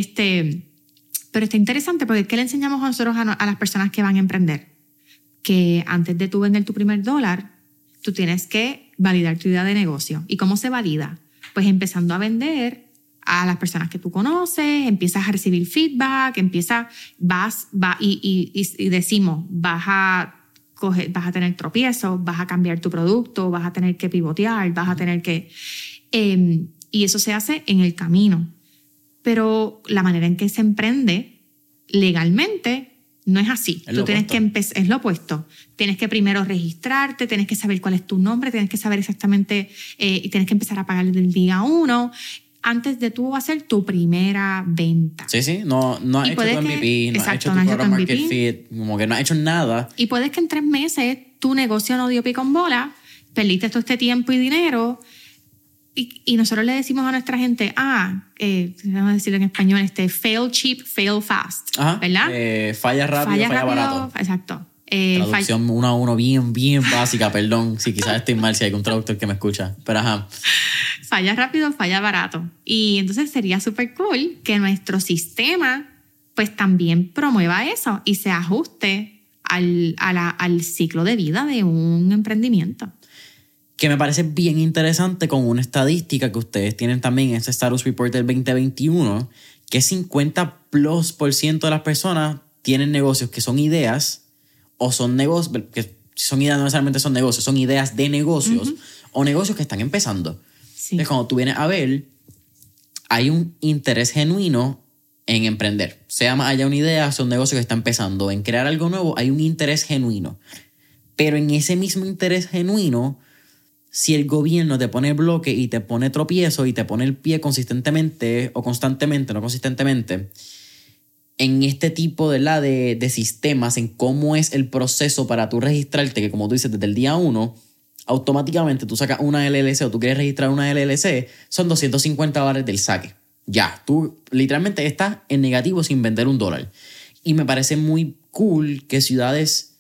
Pero está interesante porque ¿qué le enseñamos a nosotros a las personas que van a emprender? Que antes de tú vender tu primer $1, tú tienes que validar tu idea de negocio. ¿Y cómo se valida? Pues empezando a vender a las personas que tú conoces, empiezas a recibir feedback, y decimos, vas a tener tropiezos, vas a cambiar tu producto, vas a tener que pivotear, vas a tener que... y eso se hace en el camino. Pero la manera en que se emprende legalmente... no es así. Tú tienes que empezar, es lo opuesto. Tienes que primero registrarte, tienes que saber cuál es tu nombre, tienes que saber exactamente, y tienes que empezar a pagar desde el día 1 antes de tú hacer tu primera venta. Sí. No has hecho tu MVP, no has hecho tu program market fit, como que no has hecho nada. Y puedes que en 3 meses tu negocio no dio pico en bola, perdiste todo este tiempo y dinero. Y nosotros le decimos a nuestra gente, vamos a decirlo en español, fail cheap, fail fast. Ajá, ¿verdad? Falla rápido, falla barato. Exacto. Traducción 1 a 1 bien básica, perdón, si quizás estoy mal, si hay algún traductor que me escucha, pero ajá. Falla rápido, falla barato. Y entonces sería súper cool que nuestro sistema pues también promueva eso y se ajuste al ciclo de vida de un emprendimiento. Que me parece bien interesante con una estadística que ustedes tienen también en ese Status Report del 2021, que 50% de las personas tienen negocios que son ideas o son negocios, que son ideas, no necesariamente son negocios, son ideas de negocios o negocios que están empezando. Sí. Entonces, cuando tú vienes a ver, hay un interés genuino en emprender. Sea más allá una idea, sea un negocio que está empezando. En crear algo nuevo, hay un interés genuino. Pero en ese mismo interés genuino, si el gobierno te pone bloque y te pone tropiezo y te pone el pie consistentemente o constantemente, no consistentemente, en este tipo de sistemas, en cómo es el proceso para tú registrarte, que como tú dices, desde el día 1, automáticamente tú sacas una LLC o tú quieres registrar una LLC, son $250 del saque. Ya, tú literalmente estás en negativo sin vender $1. Y me parece muy cool que ciudades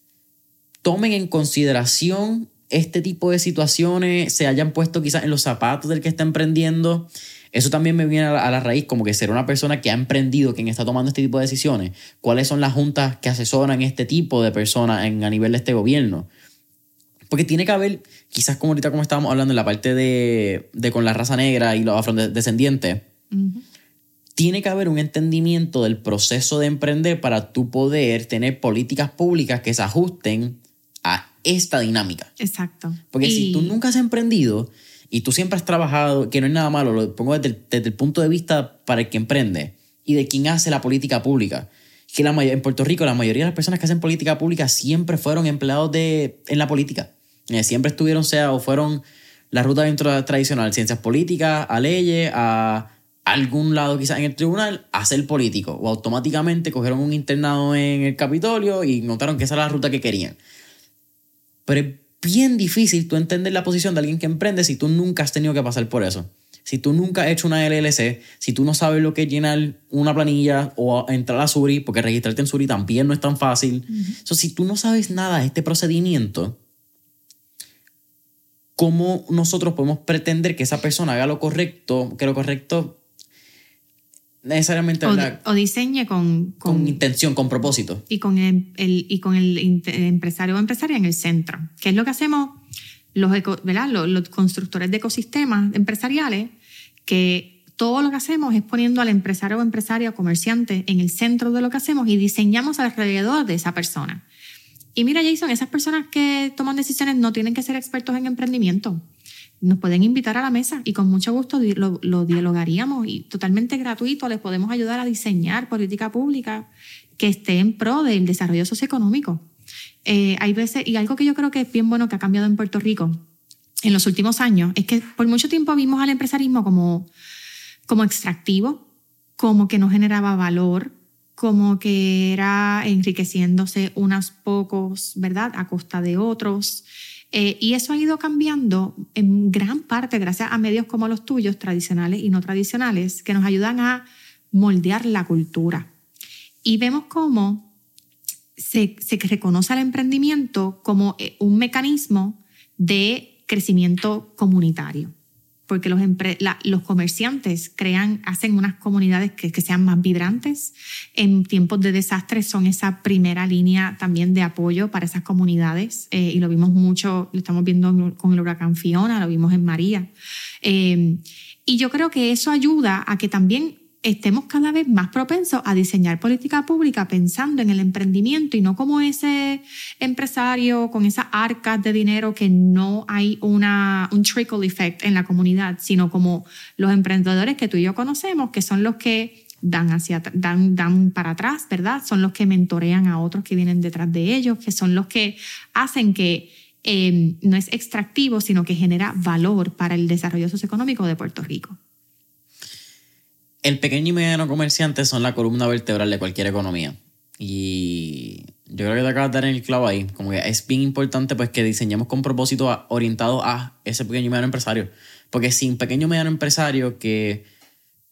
tomen en consideración este tipo de situaciones, se hayan puesto quizás en los zapatos del que está emprendiendo. Eso también me viene a la raíz, como que ser una persona que ha emprendido, quien está tomando este tipo de decisiones. ¿Cuáles son las juntas que asesoran este tipo de personas a nivel de este gobierno? Porque tiene que haber, quizás como ahorita como estábamos hablando en la parte de con la raza negra y los afrodescendientes, tiene que haber un entendimiento del proceso de emprender para tú poder tener políticas públicas que se ajusten a esta dinámica. Exacto. Porque si tú nunca has emprendido y tú siempre has trabajado, que no es nada malo, lo pongo desde el punto de vista para el que emprende y de quien hace la política pública. Que en Puerto Rico la mayoría de las personas que hacen política pública siempre fueron empleados en la política. Siempre estuvieron, o fueron la ruta dentro tradicional, ciencias políticas, a leyes, a algún lado quizás en el tribunal, a ser político. O automáticamente cogieron un internado en el Capitolio y notaron que esa era la ruta que querían. Pero es bien difícil tú entender la posición de alguien que emprende si tú nunca has tenido que pasar por eso. Si tú nunca has hecho una LLC, si tú no sabes lo que es llenar una planilla o entrar a Suri, porque registrarte en Suri también no es tan fácil. Si tú no sabes nada de este procedimiento, ¿cómo nosotros podemos pretender que esa persona haga lo correcto, que lo correcto necesariamente o diseñe con intención, con propósito? Y con el empresario o empresaria en el centro. ¿Qué es lo que hacemos los constructores de ecosistemas empresariales? Que todo lo que hacemos es poniendo al empresario o empresaria o comerciante en el centro de lo que hacemos y diseñamos alrededor de esa persona. Y mira, Jason, esas personas que toman decisiones no tienen que ser expertos en emprendimiento. Nos pueden invitar a la mesa y con mucho gusto lo dialogaríamos y totalmente gratuito les podemos ayudar a diseñar política pública que esté en pro del desarrollo socioeconómico. Hay veces, y algo que yo creo que es bien bueno que ha cambiado en Puerto Rico en los últimos años, es que por mucho tiempo vimos al empresarismo como extractivo, como que no generaba valor, como que era enriqueciéndose unos pocos, ¿verdad?, a costa de otros. Y eso ha ido cambiando en gran parte gracias a medios como los tuyos, tradicionales y no tradicionales, que nos ayudan a moldear la cultura. Y vemos cómo se reconoce al emprendimiento como un mecanismo de crecimiento comunitario. Porque los comerciantes hacen unas comunidades que sean más vibrantes. En tiempos de desastre son esa primera línea también de apoyo para esas comunidades. Y lo vimos mucho, lo estamos viendo con el huracán Fiona, lo vimos en María. Y yo creo que eso ayuda a que también estemos cada vez más propensos a diseñar política pública pensando en el emprendimiento y no como ese empresario con esas arcas de dinero que no hay un trickle effect en la comunidad, sino como los emprendedores que tú y yo conocemos, que son los que dan para atrás, ¿verdad? Son los que mentorean a otros que vienen detrás de ellos, que son los que hacen que no es extractivo, sino que genera valor para el desarrollo socioeconómico de Puerto Rico. El pequeño y mediano comerciante son la columna vertebral de cualquier economía. Y yo creo que te acabas de dar en el clavo ahí. Como que es bien importante pues que diseñemos con propósito orientado a ese pequeño y mediano empresario. Porque sin pequeño y mediano empresario que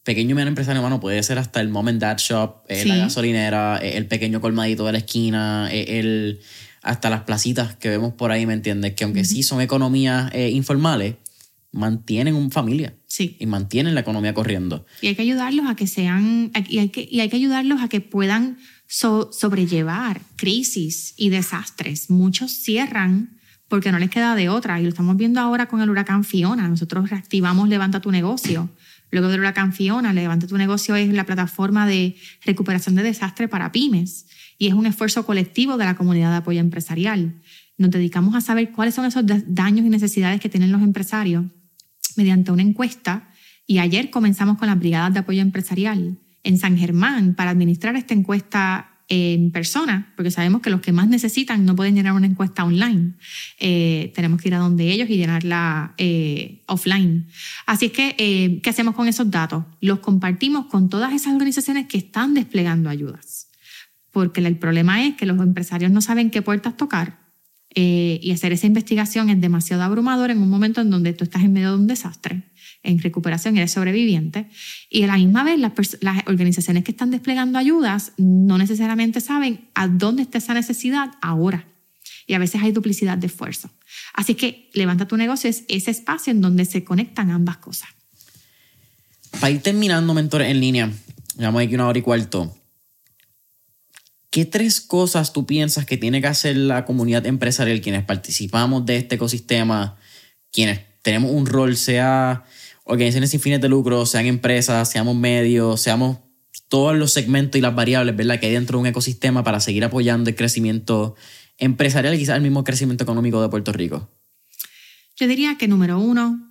pequeño y mediano empresario, mano, puede ser hasta el mom and dad shop, la gasolinera, el pequeño colmadito de la esquina, hasta las placitas que vemos por ahí, ¿me entiendes? Que aunque sí son economías informales, mantienen una familia. Sí. Y mantienen la economía corriendo. Y hay que ayudarlos a que sean, y hay que ayudarlos a que puedan sobrellevar crisis y desastres. Muchos cierran porque no les queda de otra, y lo estamos viendo ahora con el huracán Fiona. Nosotros reactivamos Levanta tu Negocio. Luego del huracán Fiona, Levanta tu Negocio es la plataforma de recuperación de desastre para pymes, y es un esfuerzo colectivo de la comunidad de apoyo empresarial. Nos dedicamos a saber cuáles son esos daños y necesidades que tienen los empresarios mediante una encuesta, y ayer comenzamos con las brigadas de apoyo empresarial en San Germán para administrar esta encuesta en persona, porque sabemos que los que más necesitan no pueden llenar una encuesta online. Tenemos que ir a donde ellos y llenarla offline. Así es que, ¿qué hacemos con esos datos? Los compartimos con todas esas organizaciones que están desplegando ayudas, porque el problema es que los empresarios no saben qué puertas tocar, y hacer esa investigación es demasiado abrumador en un momento en donde tú estás en medio de un desastre, en recuperación, eres sobreviviente, y a la misma vez las organizaciones que están desplegando ayudas no necesariamente saben a dónde está esa necesidad ahora, y a veces hay duplicidad de esfuerzo. Así que Levanta tu Negocio es ese espacio en donde se conectan ambas cosas. Para ir terminando, Mentores en Línea, llevamos aquí 1 hora y cuarto. ¿Qué 3 cosas tú piensas que tiene que hacer la comunidad empresarial, quienes participamos de este ecosistema, quienes tenemos un rol, sea organizaciones sin fines de lucro, sean empresas, seamos medios, seamos todos los segmentos y las variables, ¿verdad?, que hay dentro de un ecosistema para seguir apoyando el crecimiento empresarial y quizás el mismo crecimiento económico de Puerto Rico? Yo diría que número 1,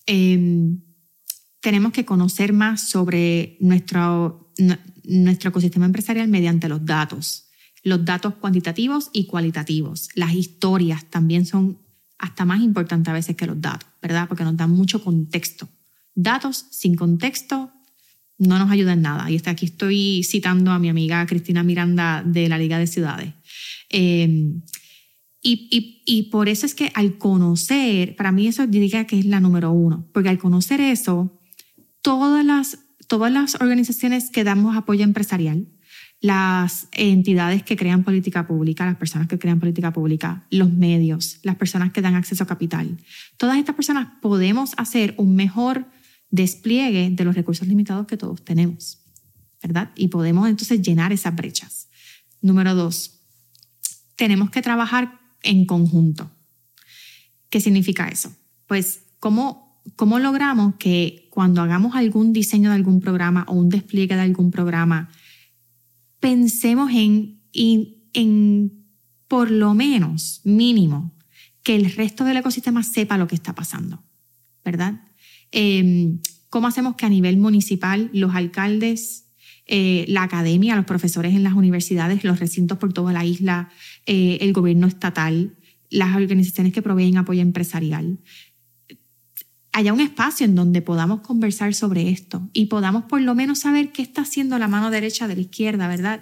tenemos que conocer más sobre nuestro ecosistema empresarial mediante los datos cuantitativos y cualitativos. Las historias también son hasta más importantes a veces que los datos, ¿verdad? Porque nos dan mucho contexto. Datos sin contexto no nos ayudan en nada. Y aquí estoy citando a mi amiga Cristina Miranda de la Liga de Ciudades. Y por eso es que al conocer, para mí eso diría que es la número 1, porque al conocer eso, todas las organizaciones que damos apoyo empresarial, las entidades que crean política pública, las personas que crean política pública, los medios, las personas que dan acceso a capital, todas estas personas podemos hacer un mejor despliegue de los recursos limitados que todos tenemos, ¿verdad? Y podemos entonces llenar esas brechas. Número 2, tenemos que trabajar en conjunto. ¿Qué significa eso? Pues, ¿cómo logramos que cuando hagamos algún diseño de algún programa o un despliegue de algún programa, pensemos en por lo menos, mínimo, que el resto del ecosistema sepa lo que está pasando, ¿verdad? ¿Cómo hacemos que a nivel municipal los alcaldes, la academia, los profesores en las universidades, los recintos por toda la isla, el gobierno estatal, las organizaciones que proveen apoyo empresarial, haya un espacio en donde podamos conversar sobre esto y podamos por lo menos saber qué está haciendo la mano derecha de la izquierda, ¿verdad?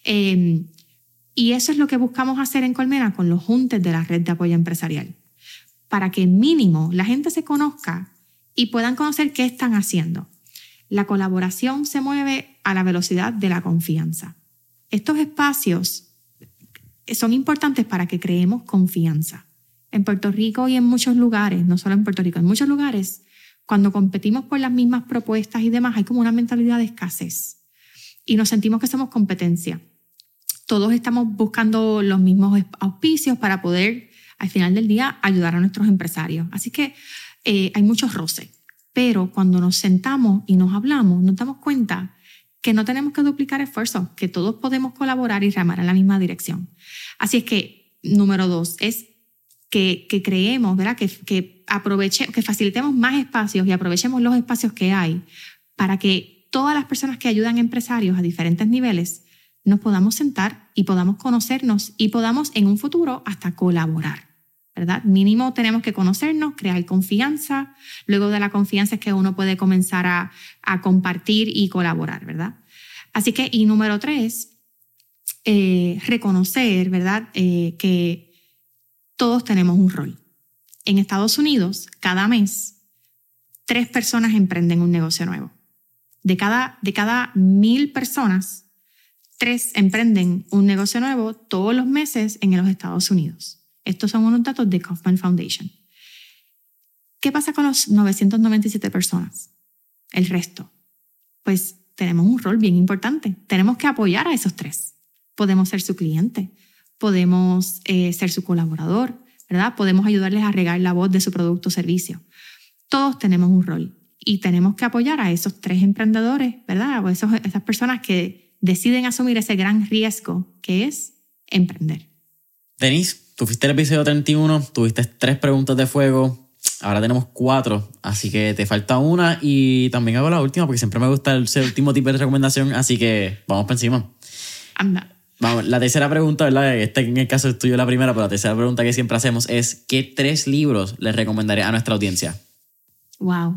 Y eso es lo que buscamos hacer en Colmena con los juntes de la red de apoyo empresarial, para que mínimo la gente se conozca y puedan conocer qué están haciendo. La colaboración se mueve a la velocidad de la confianza. Estos espacios son importantes para que creemos confianza. En Puerto Rico y en muchos lugares, no solo en Puerto Rico, en muchos lugares, cuando competimos por las mismas propuestas y demás, hay como una mentalidad de escasez y nos sentimos que somos competencia. Todos estamos buscando los mismos auspicios para poder, al final del día, ayudar a nuestros empresarios. Así que hay muchos roces, pero cuando nos sentamos y nos hablamos, nos damos cuenta que no tenemos que duplicar esfuerzos, que todos podemos colaborar y remar en la misma dirección. Así es que, número 2, es que creemos, ¿verdad? Que facilitemos más espacios y aprovechemos los espacios que hay para que todas las personas que ayudan a empresarios a diferentes niveles nos podamos sentar y podamos conocernos y podamos en un futuro hasta colaborar, ¿verdad? Mínimo tenemos que conocernos, crear confianza. Luego de la confianza es que uno puede comenzar a compartir y colaborar, ¿verdad? Así que, y número 3, reconocer, ¿verdad? Que todos tenemos un rol. En Estados Unidos, cada mes, 3 personas emprenden un negocio nuevo. De cada 1,000 personas, 3 emprenden un negocio nuevo todos los meses en los Estados Unidos. Estos son unos datos de Kauffman Foundation. ¿Qué pasa con los 997 personas? El resto. Pues tenemos un rol bien importante. Tenemos que apoyar a esos 3. Podemos ser su cliente, podemos ser su colaborador, ¿verdad? Podemos ayudarles a regar la voz de su producto o servicio. Todos tenemos un rol y tenemos que apoyar a esos 3 emprendedores, ¿verdad? O esas personas que deciden asumir ese gran riesgo que es emprender. Denise, tú fuiste el episodio 31, tuviste 3 preguntas de fuego, ahora tenemos 4, así que te falta una y también hago la última porque siempre me gusta ese último tipo de recomendación, así que vamos para encima. Anda. Vamos, la tercera pregunta, ¿verdad? En el caso es tuyo la primera, pero la tercera pregunta que siempre hacemos es ¿qué 3 libros les recomendaría a nuestra audiencia? Wow.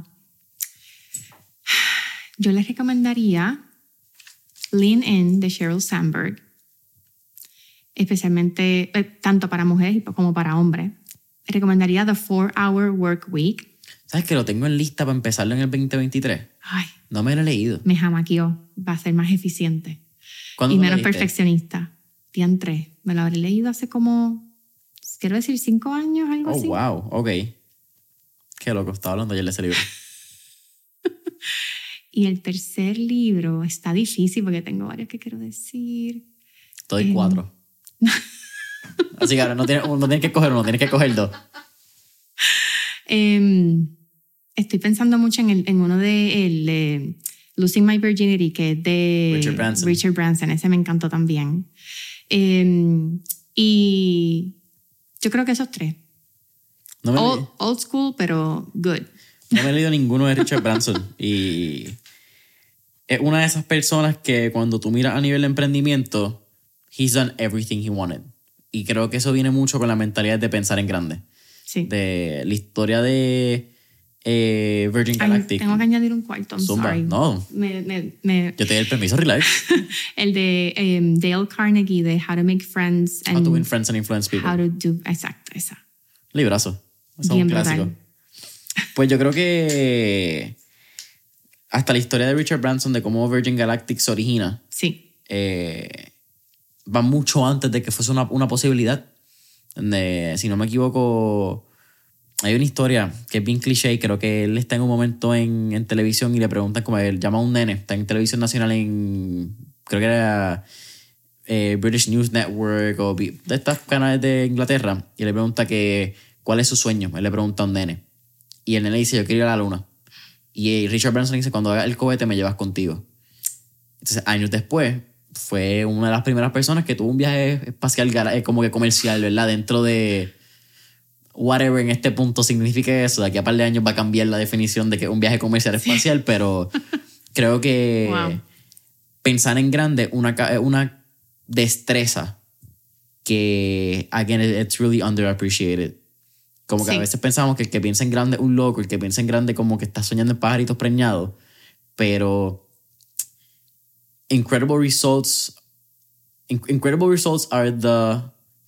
Yo les recomendaría Lean In de Sheryl Sandberg, especialmente tanto para mujeres como para hombres. Recomendaría The 4-Hour Work Week. ¿Sabes que lo tengo en lista para empezarlo en el 2023? Ay, no me lo he leído. Me jamaqueó. Va a ser más eficiente y menos perfeccionista. Diantre. Me lo habré leído hace como, quiero decir, 5 años, algo así. Oh, wow. Ok. Qué loco. Estaba hablando ayer de ese libro. Y el tercer libro está difícil porque tengo varios que quiero decir. Estoy 4. Así que ahora no tienes que coger uno, tienes que coger 2. Estoy pensando mucho en uno de Losing My Virginity, que es de Richard Branson. Ese me encantó también. Y yo creo que esos 3. Old school, pero good. No me he leído ninguno de Richard Branson. Y es una de esas personas que cuando tú miras a nivel de emprendimiento, he's done everything he wanted. Y creo que eso viene mucho con la mentalidad de pensar en grande. Sí. De la historia de Virgin Galactic. Tengo que añadir un cuarto, sorry. No. Yo te doy el permiso, relax. El de Dale Carnegie, de How to Make Friends. How to Win Friends and Influence People. Exacto, esa. Librazo. Eso es un clásico. Brutal. Pues yo creo que hasta la historia de Richard Branson, de cómo Virgin Galactic se origina, sí. Va mucho antes de que fuese una posibilidad. Si no me equivoco, hay una historia que es bien cliché. Creo que él está en un momento en televisión y le preguntan, como él llama a un nene, está en televisión nacional creo que era British News Network o de estas canales de Inglaterra, y le pregunta que cuál es su sueño. Él le pregunta a un nene y el nene dice, yo quiero ir a la luna. Y Richard Branson dice, cuando haga el cohete me llevas contigo. Entonces años después fue una de las primeras personas que tuvo un viaje espacial como que comercial, ¿verdad? Dentro de whatever en este punto significa eso. De aquí a par de años va a cambiar la definición de que un viaje comercial espacial, pero creo que pensar en grande una destreza que, again, it's really underappreciated. Como que a veces pensamos que el que piensa en grande es un loco, el que piensa en grande como que está soñando en pajaritos preñados, pero incredible results are the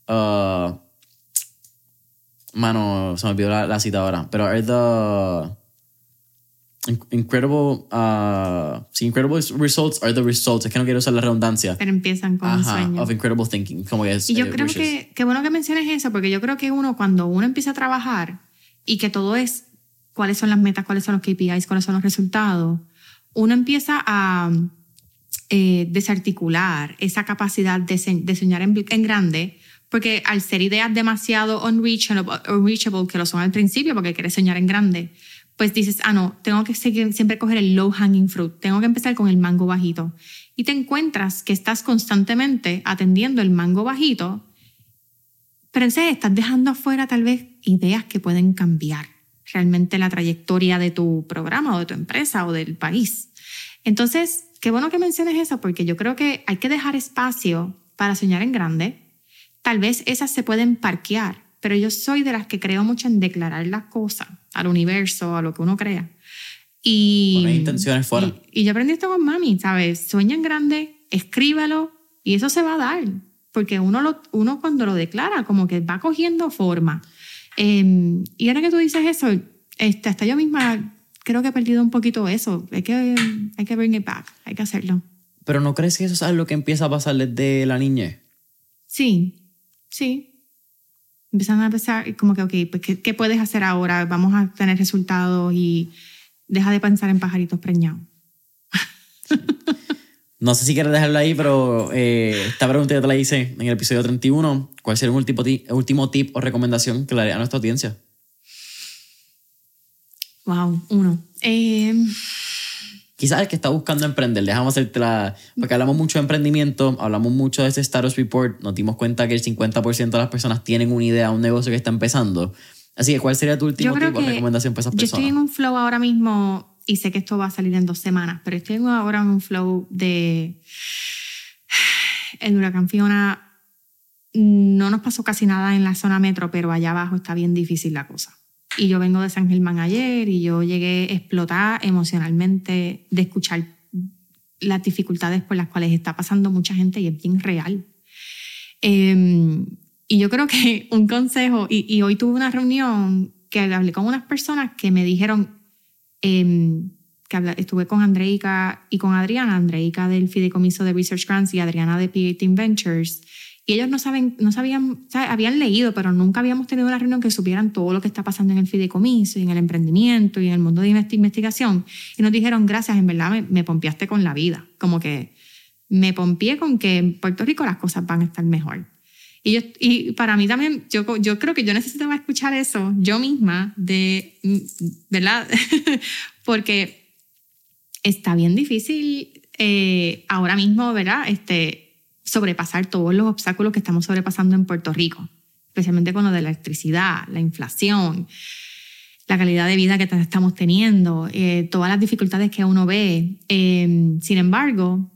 mano, se me olvidó la cita ahora, pero are the incredible results are the results. Es que no quiero usar la redundancia, pero empiezan con un sueño of incredible thinking, como que es, y yo creo que bueno que menciones eso, porque yo creo que cuando uno empieza a trabajar y que todo es cuáles son las metas, cuáles son los KPIs, cuáles son los resultados, uno empieza a desarticular esa capacidad de soñar en grande, porque al ser ideas demasiado unreachable, que lo son al principio porque quieres soñar en grande, pues dices, no, tengo que siempre coger el low hanging fruit, tengo que empezar con el mango bajito. Y te encuentras que estás constantemente atendiendo el mango bajito, pero entonces estás dejando afuera tal vez ideas que pueden cambiar realmente la trayectoria de tu programa o de tu empresa o del país. Entonces, qué bueno que menciones eso, porque yo creo que hay que dejar espacio para soñar en grande. Tal vez esas se pueden parquear, pero yo soy de las que creo mucho en declarar las cosas al universo, a lo que uno crea. Y poner intenciones fuera. Y yo aprendí esto con mami, ¿sabes? Sueña en grande, escríbelo y eso se va a dar. Porque uno cuando lo declara, como que va cogiendo forma. Y ahora que tú dices eso, hasta yo misma creo que he perdido un poquito eso. Hay que bring it back, hay que hacerlo. ¿Pero no crees que eso es algo que empieza a pasar desde la niñez? Sí. Empiezan a pensar como que, ok, pues ¿qué puedes hacer ahora? Vamos a tener resultados y deja de pensar en pajaritos preñados. No sé si quieres dejarlo ahí, pero esta pregunta ya te la hice en el episodio 31. ¿Cuál sería un último tip o recomendación que le haría a nuestra audiencia? Wow, uno. Quizás el que está buscando emprender, dejamos hacértela, porque hablamos mucho de emprendimiento, hablamos mucho de ese status report, nos dimos cuenta que el 50% de las personas tienen una idea, un negocio que está empezando. Así que, ¿cuál sería tu último tip o recomendación para esas personas? Yo estoy en un flow ahora mismo, y sé que esto va a salir en 2 semanas, pero estoy ahora en un flow de... El huracán Fiona no nos pasó casi nada en la zona metro, pero allá abajo está bien difícil la cosa. Y yo vengo de San Germán ayer y yo llegué a explotar emocionalmente de escuchar las dificultades por las cuales está pasando mucha gente y es bien real. Y yo creo que un consejo, y hoy tuve una reunión que hablé con unas personas que me dijeron, estuve con Andreica y con Adriana, Andreica del Fideicomiso de Research Grants y Adriana de PA Ventures. Y ellos no sabían, habían leído, pero nunca habíamos tenido una reunión que supieran todo lo que está pasando en el fideicomiso y en el emprendimiento y en el mundo de investigación. Y nos dijeron, gracias, en verdad me pompeaste con la vida. Como que me pompeé con que en Puerto Rico las cosas van a estar mejor. Y para mí también, yo creo que yo necesitaba escuchar eso yo misma, ¿verdad? Porque está bien difícil ahora mismo, ¿verdad? Sobrepasar todos los obstáculos que estamos sobrepasando en Puerto Rico, especialmente con lo de la electricidad, la inflación, la calidad de vida que estamos teniendo, todas las dificultades que uno ve. Sin embargo,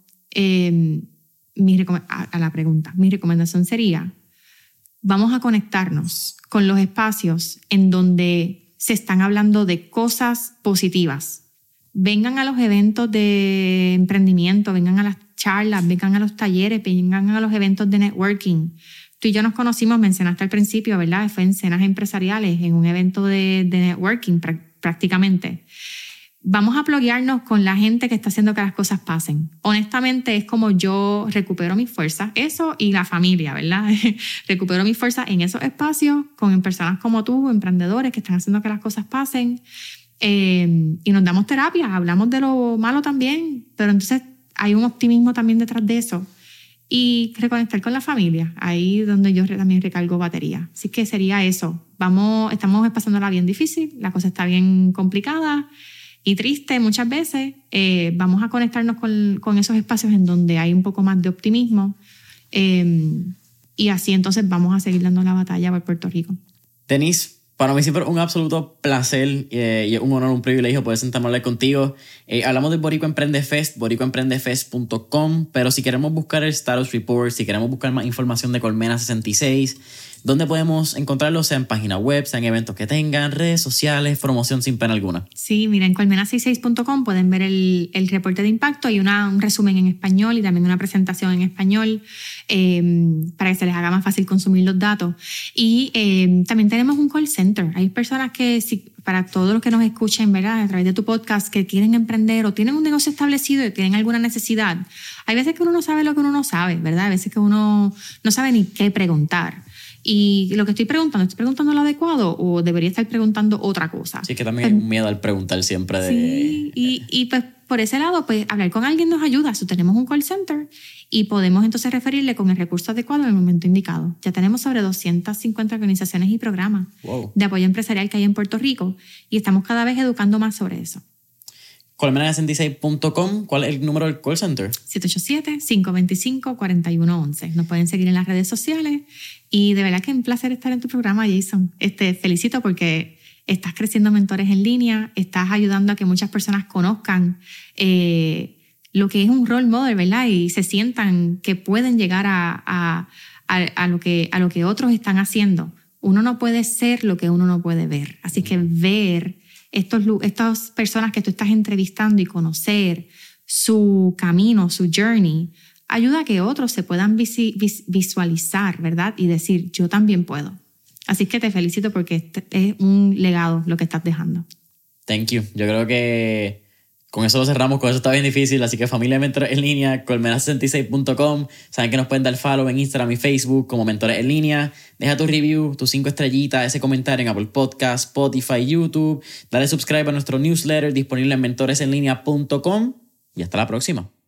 a la pregunta, mi recomendación sería, vamos a conectarnos con los espacios en donde se están hablando de cosas positivas. Vengan a los eventos de emprendimiento, vengan a las charlas, vengan a los talleres, vengan a los eventos de networking. Tú y yo nos conocimos, mencionaste al principio, ¿verdad? Fue en cenas empresariales, en un evento de networking prácticamente. Vamos a pluguearnos con la gente que está haciendo que las cosas pasen. Honestamente, es como yo recupero mis fuerzas, eso y la familia, ¿verdad? Recupero mis fuerzas en esos espacios con personas como tú, emprendedores que están haciendo que las cosas pasen. Y nos damos terapia, hablamos de lo malo también, pero entonces hay un optimismo también detrás de eso. Y reconectar con la familia, ahí donde yo también recargo batería. Así que sería eso. Estamos pasándola bien difícil, la cosa está bien complicada y triste muchas veces. Vamos a conectarnos con esos espacios en donde hay un poco más de optimismo. Y así entonces vamos a seguir dando la batalla por Puerto Rico. Denise, para mí siempre un absoluto placer y un honor, un privilegio poder sentarme a hablar contigo. Hablamos del Boricua Emprende Fest, boricuaemprendefest.com, pero si queremos buscar el status report, si queremos buscar más información de Colmena 66, ¿dónde podemos encontrarlo? Sea en página web, sea en eventos que tengan, redes sociales, promoción sin pena alguna. Sí, mira, en colmena66.com pueden ver el reporte de impacto y un resumen en español y también una presentación en español para que se les haga más fácil consumir los datos. Y también tenemos un call center. Hay personas que, para todos los que nos escuchen, ¿verdad? A través de tu podcast, que quieren emprender o tienen un negocio establecido y tienen alguna necesidad. Hay veces que uno no sabe lo que uno no sabe, ¿verdad? Hay veces que uno no sabe ni qué preguntar. Y lo que ¿estoy preguntando lo adecuado o debería estar preguntando otra cosa? Sí, que también hay un miedo al preguntar siempre. Sí, y pues por ese lado, pues hablar con alguien nos ayuda. So, tenemos un call center y podemos entonces referirle con el recurso adecuado en el momento indicado. Ya tenemos sobre 250 organizaciones y programas de apoyo empresarial que hay en Puerto Rico y estamos cada vez educando más sobre eso. Colmena66.com, ¿cuál es el número del call center? 787-525-4111. Nos pueden seguir en las redes sociales y de verdad que es un placer estar en tu programa, Jason. Felicito porque estás creciendo mentores en línea, estás ayudando a que muchas personas conozcan lo que es un role model, ¿verdad? Y se sientan que pueden llegar a lo que otros están haciendo. Uno no puede ser lo que uno no puede ver. Así que ver estas personas que tú estás entrevistando y conocer su camino, su journey, ayuda a que otros se puedan visualizar, ¿verdad? Y decir, yo también puedo. Así que te felicito porque es un legado lo que estás dejando. Thank you. Yo creo que con eso lo cerramos, con eso está bien difícil, así que familia de Mentores en Línea, colmena66.com, saben que nos pueden dar follow en Instagram y Facebook como Mentores en Línea, deja tu review, tus 5 estrellitas, ese comentario en Apple Podcasts, Spotify, YouTube, dale subscribe a nuestro newsletter disponible en mentoresenlinea.com y hasta la próxima.